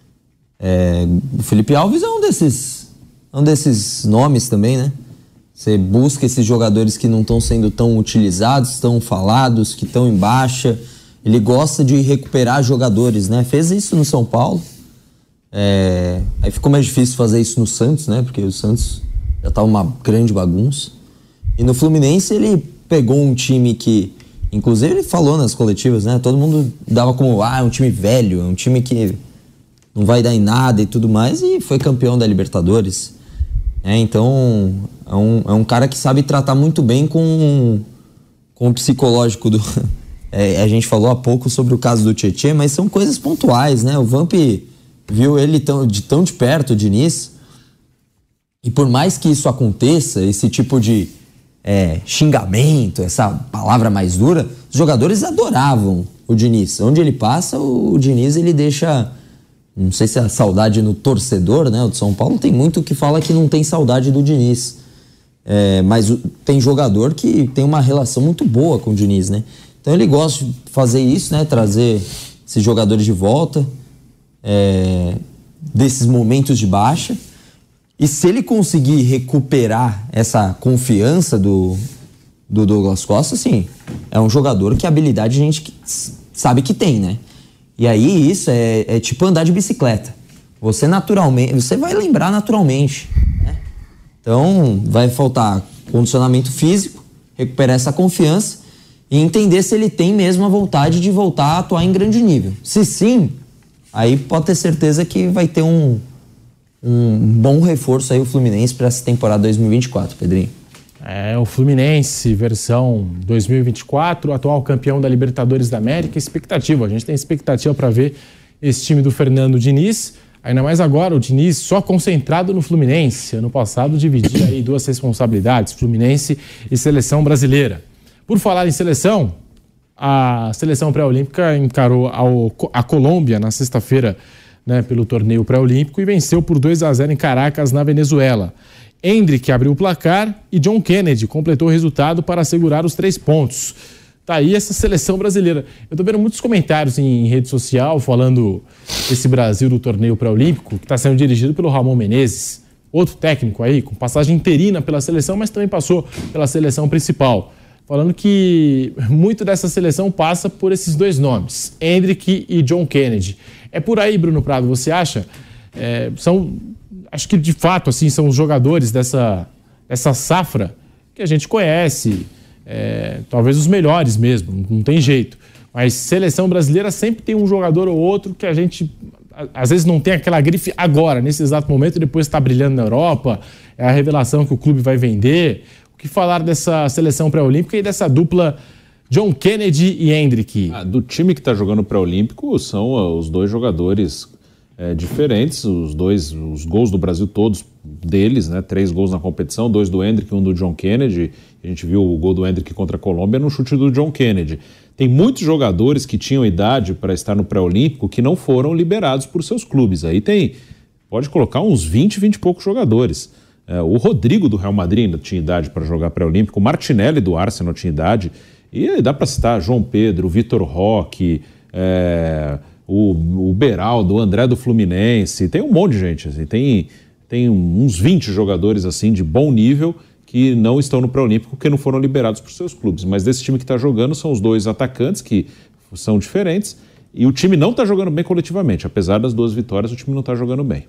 É, o Felipe Alves é um desses, um desses nomes também, né? Você busca esses jogadores que não estão sendo tão utilizados, tão falados, que estão em baixa. Ele gosta de recuperar jogadores, né? Fez isso no São Paulo. É, aí ficou mais difícil fazer isso no Santos, né? Porque o Santos já tá uma grande bagunça. E no Fluminense ele pegou um time que, inclusive ele falou nas coletivas, né? Todo mundo dava como, ah, é um time velho, é um time que não vai dar em nada e tudo mais, e foi campeão da Libertadores. É, então, é um, é um cara que sabe tratar muito bem com, com o psicológico do... É, a gente falou há pouco sobre o caso do Tietê, mas são coisas pontuais, né? O Vamp viu ele tão de, tão de perto, o Diniz, e por mais que isso aconteça, esse tipo de é, xingamento, essa palavra mais dura, os jogadores adoravam o Diniz. Onde ele passa, o, o Diniz ele deixa... Não sei se é a saudade no torcedor, né? O de São Paulo tem muito que fala que não tem saudade do Diniz. É, mas o, tem jogador que tem uma relação muito boa com o Diniz, né? Então ele gosta de fazer isso, né? Trazer esses jogadores de volta, é, desses momentos de baixa. E se ele conseguir recuperar essa confiança do, do Douglas Costa, assim, é um jogador que a habilidade a gente sabe que tem, né? E aí isso é, é tipo andar de bicicleta. Você naturalmente, você vai lembrar naturalmente, né? Então vai faltar condicionamento físico, recuperar essa confiança e entender se ele tem mesmo a vontade de voltar a atuar em grande nível. Se sim, aí pode ter certeza que vai ter um, um bom reforço aí o Fluminense para essa temporada dois mil e vinte e quatro, Pedrinho. É, o Fluminense, versão dois mil e vinte e quatro, atual campeão da Libertadores da América, expectativa. A gente tem expectativa para ver esse time do Fernando Diniz, ainda mais agora o Diniz só concentrado no Fluminense. Ano passado dividia aí duas responsabilidades, Fluminense e Seleção Brasileira. Por falar em seleção, a Seleção Pré-Olímpica encarou ao, a Colômbia na sexta-feira, né, pelo torneio pré-olímpico e venceu por dois a zero em Caracas, na Venezuela. Endrick abriu o placar e John Kennedy completou o resultado para assegurar os três pontos. Tá aí essa seleção brasileira. Eu tô vendo muitos comentários em rede social falando desse Brasil do torneio pré-olímpico, que está sendo dirigido pelo Ramon Menezes, outro técnico aí, com passagem interina pela seleção, mas também passou pela seleção principal. Falando que muito dessa seleção passa por esses dois nomes, Endrick e John Kennedy. É por aí, Bruno Prado, você acha? É, são... Acho que, de fato, assim, são os jogadores dessa, dessa safra que a gente conhece, é, talvez os melhores mesmo, não tem jeito. Mas seleção brasileira sempre tem um jogador ou outro que a gente, às vezes, não tem aquela grife agora, nesse exato momento, e depois está brilhando na Europa, é a revelação que o clube vai vender. O que falar dessa seleção pré-olímpica e dessa dupla John Kennedy e Endrick? Ah, do time que está jogando pré-olímpico são uh, os dois jogadores... É, diferentes, os dois, os gols do Brasil todos deles, né? Três gols na competição, dois do Endrick e um do John Kennedy. A gente viu o gol do Endrick contra a Colômbia no chute do John Kennedy. Tem muitos jogadores que tinham idade para estar no pré-olímpico que não foram liberados por seus clubes. Aí tem, pode colocar uns vinte, vinte e poucos jogadores. É, o Rodrigo do Real Madrid ainda tinha idade para jogar pré-olímpico, o Martinelli do Arsenal tinha idade. E aí dá para citar João Pedro, Vitor Roque, é... o, o Beraldo, o André do Fluminense, tem um monte de gente, assim, tem, tem uns vinte jogadores assim de bom nível que não estão no pré-olímpico porque não foram liberados por seus clubes. Mas desse time que está jogando são os dois atacantes que são diferentes e o time não está jogando bem coletivamente. Apesar das duas vitórias, o time não está jogando bem.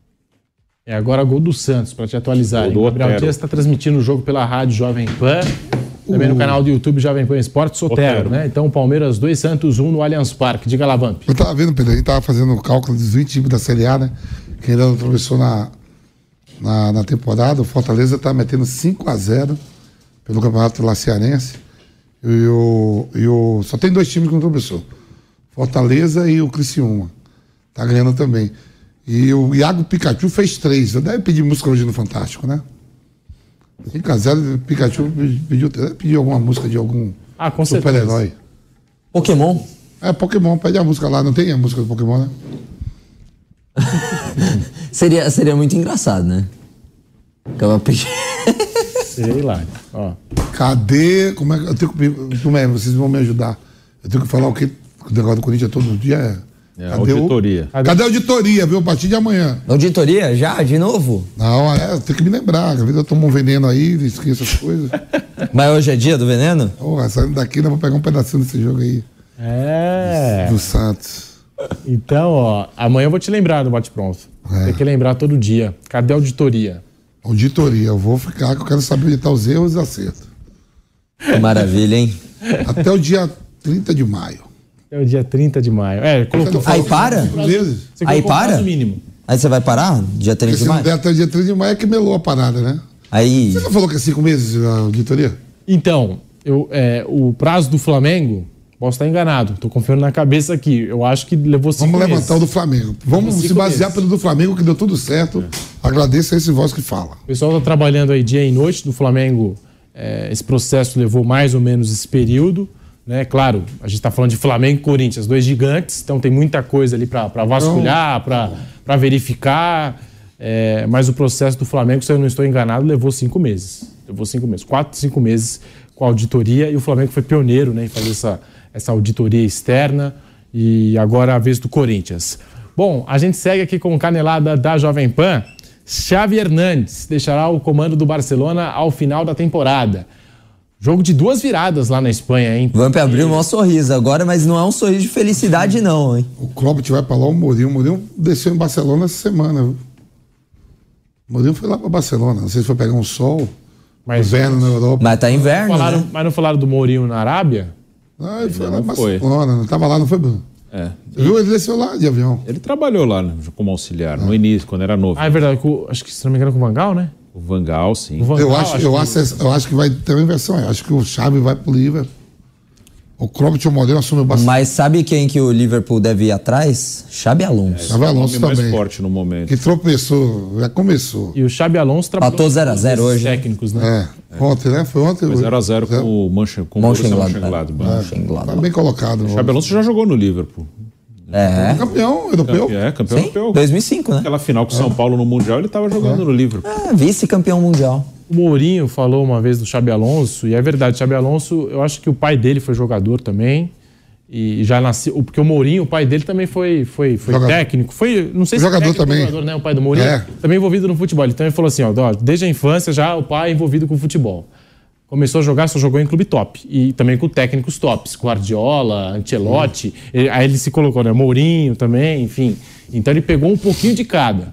É agora gol do Santos, para te atualizar. O Gabriel Dias está transmitindo o jogo pela Rádio Jovem Pan. Também no canal do YouTube Jovem Pan Esportes, Otero, né? Então, Palmeiras dois, Santos um no Allianz Parque. Diga lá, Vamp. Eu tava vendo, Pedro, a gente tava fazendo o cálculo dos vinte times da Série A, né? Que ainda não atravessou na, na, na temporada. O Fortaleza tá metendo cinco a zero pelo Campeonato La Cearense. E o, e o, só tem dois times que não atravessou. Fortaleza e o Criciúma. Tá ganhando também. E o Iago Pikachu fez três. Eu deve pedir música hoje no Fantástico, né? cinco a zero, Pikachu pediu, pediu alguma música de algum ah, super-herói. Pokémon? É, Pokémon, pede a música lá, não tem a música do Pokémon, né? seria, seria muito engraçado, né? Acaba pedindo. Seria hilário. Ó. Cadê? Como é que eu tenho que. Como é? Vocês vão me ajudar. Eu tenho que falar o que? O negócio do Corinthians todo dia é. É, cadê auditoria. O... Cadê a auditoria, viu? A partir de amanhã. Auditoria? Já? De novo? Não, é, tem que me lembrar. Às vezes eu tomo um veneno aí, esqueço essas coisas. Mas hoje é dia do veneno? Porra, saindo daqui, nós vamos pegar um pedacinho desse jogo aí. É. Do Santos. Então, ó, amanhã eu vou te lembrar do Bate Pronto. É. Tem que lembrar todo dia. Cadê a auditoria? Auditoria, eu vou ficar, que eu quero saber onde estão os erros e acertos. Que maravilha, hein? Até o dia trinta de maio. É o dia trinta de maio. É, colocou. Aí para? Meses. Você Aí colocou o para? prazo mínimo. Aí você vai parar? Dia trinta Porque de se não maio? der até o dia trinta de maio é que melou a parada, né? Aí. Você não falou que é cinco meses a auditoria? Então, eu, é, o prazo do Flamengo, posso estar enganado, tô confiando na cabeça aqui. Eu acho que levou cinco Vamos meses. levantar o do Flamengo. Vamos Cinco se basear meses. pelo do Flamengo, que deu tudo certo. Agradeço a esse voz que fala. O pessoal tá trabalhando aí dia e noite do Flamengo. É, esse processo levou mais ou menos esse período. Né? Claro, a gente está falando de Flamengo e Corinthians, dois gigantes, então tem muita coisa ali para vasculhar, para verificar. É, mas o processo do Flamengo, se eu não estou enganado, levou cinco meses. Levou cinco meses, quatro, cinco meses com a auditoria, e o Flamengo foi pioneiro, né, em fazer essa, essa auditoria externa, e agora a vez do Corinthians. Bom, a gente segue aqui com canelada da Jovem Pan. Xavi Hernandes deixará o comando do Barcelona ao final da temporada. Jogo de duas viradas lá na Espanha, hein? Vamp abriu um maior sorriso agora, mas não é um sorriso de felicidade, não, hein? O Klopp vai pra lá, o Mourinho. O Mourinho desceu em Barcelona essa semana, viu? O Mourinho foi lá pra Barcelona. Não sei se foi pegar um sol, Mas- inverno na Europa. Mas tá inverno, Falaram, né? mas não falaram do Mourinho na Arábia? Ah, ele foi lá não pra foi. Barcelona. Não tava lá, não foi, Bruno? É. Você viu? Ele desceu lá de avião. Ele trabalhou lá, né, como auxiliar, no início, quando era novo. Ah, é verdade. com- acho que, se não me engano, com o Van Gaal, né? O Van Gaal, sim. O Van Eu Gaal, acho, eu, que- acho, eu acho que vai ter uma inversão aí. Acho que o Xavi vai pro Liverpool. O Klopp e o Mourinho assumem o Barcelona. Mas sabe quem que o Liverpool deve ir atrás? Xabi Alonso. Xavi Alonso O nome mais também. forte no momento. Que tropeçou, já começou. E o Xabi Alonso trabalhou Empatou zero a zero com os hoje, né? técnicos, né? É, ontem, né? Foi ontem. Foi zero a zero com o Mancha- com o Borussia Mönchengladbach. Mönchengladbach. Tá bem colocado. O Xabi Alonso já jogou no Liverpool. É. Campeão europeu. É, campeão Sim, europeu. dois mil e cinco, né? Aquela final com o São Paulo no Mundial, ele estava jogando no Liverpool. É, vice-campeão mundial. O Mourinho falou uma vez do Xabi Alonso, e é verdade, Xabi Alonso, eu acho que o pai dele foi jogador também, e já nasceu, porque o Mourinho, o pai dele também foi, foi, foi Jogador. técnico, foi, não sei se Jogador técnico ou também. jogador, né, o pai do Mourinho, É. também envolvido no futebol. Então ele falou assim, ó, ó, desde a infância já o pai é envolvido com futebol. Começou a jogar, só jogou em clube top. E também com técnicos tops, Guardiola, Ancelotti. Ele- aí ele se colocou, né? Mourinho também, enfim. Então ele pegou um pouquinho de cada.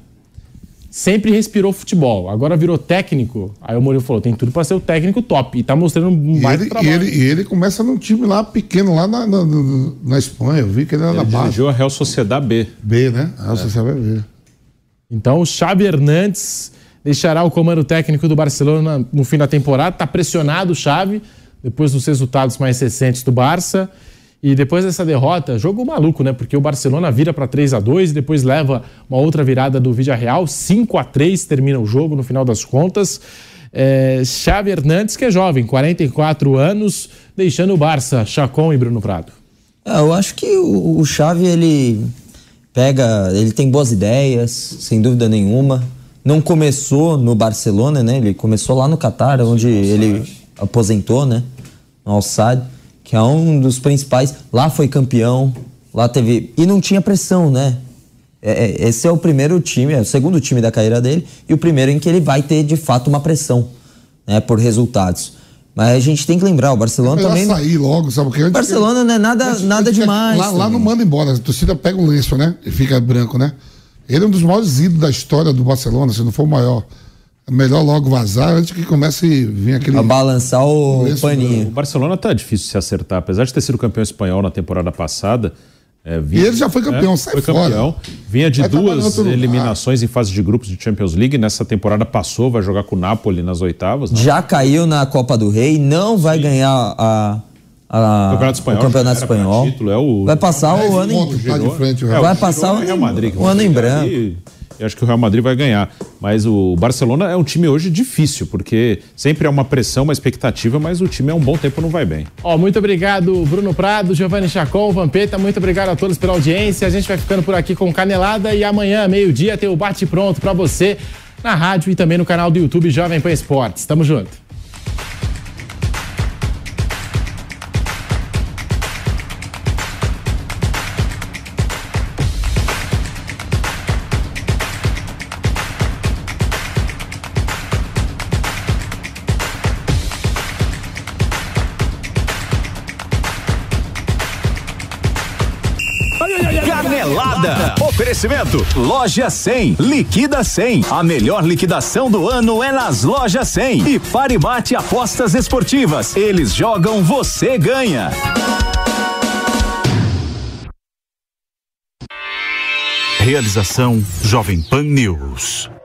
Sempre respirou futebol. Agora virou técnico. Aí o Mourinho falou, tem tudo pra ser o técnico top. E tá mostrando um E baita ele, e, trabalho. ele, e ele começa num time lá pequeno, lá na, na, na- na Espanha. Eu vi que ele era Ele na base. dirigiu a Real Sociedad B. B, né? Ah, você vai ver. Então o Xavi Hernandes deixará o comando técnico do Barcelona no fim da temporada. Está pressionado o Xavi, depois dos resultados mais recentes do Barça. E depois dessa derrota, jogo maluco, né? Porque o Barcelona vira para três a dois e depois leva uma outra virada do Villarreal. cinco a três termina o jogo no final das contas. É, Xavi Hernandes, que é jovem, quarenta e quatro anos, deixando o Barça. Chacon e Bruno Prado. É, eu acho que o, o Xavi, ele pega, ele tem boas ideias, sem dúvida nenhuma. Não começou no Barcelona, né? Ele começou lá no Catar, onde ele aposentou, né? No Al-Sadd, que é um dos principais. Lá foi campeão, lá teve... E não tinha pressão, né? É, é, esse é o primeiro time, é o segundo time da carreira dele e o primeiro em que ele vai ter, de fato, uma pressão, né? Por resultados. Mas a gente tem que lembrar, o Barcelona Melhor também... sair logo, sabe? Porque O antes Barcelona não é nada, antes- nada antes- demais. Lá, lá não também. manda embora, a torcida pega o lenço, né? E fica branco, né? Ele é um dos maiores ídolos da história do Barcelona, se não for o maior. É melhor logo vazar antes que comece a vir aquele. A balançar o Lenço O paninho. Barcelona tá difícil de se acertar. Apesar de ter sido campeão espanhol na temporada passada. é, vinha- E ele já foi campeão, sai foi fora. campeão. Vinha de Vai trabalhar em duas outro lugar. eliminações em fase de grupos de Champions League. Nessa temporada passou, vai jogar com o Napoli nas oitavas. Não? Já caiu na Copa do Rei, não vai ganhar a, a- O Campeonato Espanhol. o Campeonato já era pra Espanhol. título, é o- Vai passar o ano em... pontos, tá de frente, o É, Real. Vai o passar Girona o- e Real Madrid, que o vão ano em brigar branco. ali. Eu acho que o Real Madrid vai ganhar. Mas o Barcelona é um time hoje difícil, porque sempre é uma pressão, uma expectativa, mas o time há um bom tempo não vai bem. Ó, muito obrigado, Bruno Prado, Giovanni Chacon, Vampeta, muito obrigado a todos pela audiência. A gente vai ficando por aqui com Canelada e amanhã, meio-dia, tem o Bate Pronto pra você na rádio e também no canal do YouTube Jovem Pan Esportes. Tamo junto. Canelada. Oferecimento Loja cem. Liquida cem. A melhor liquidação do ano é nas Lojas cem. E Parimate Apostas Esportivas. Eles jogam, você ganha. Realização Jovem Pan News.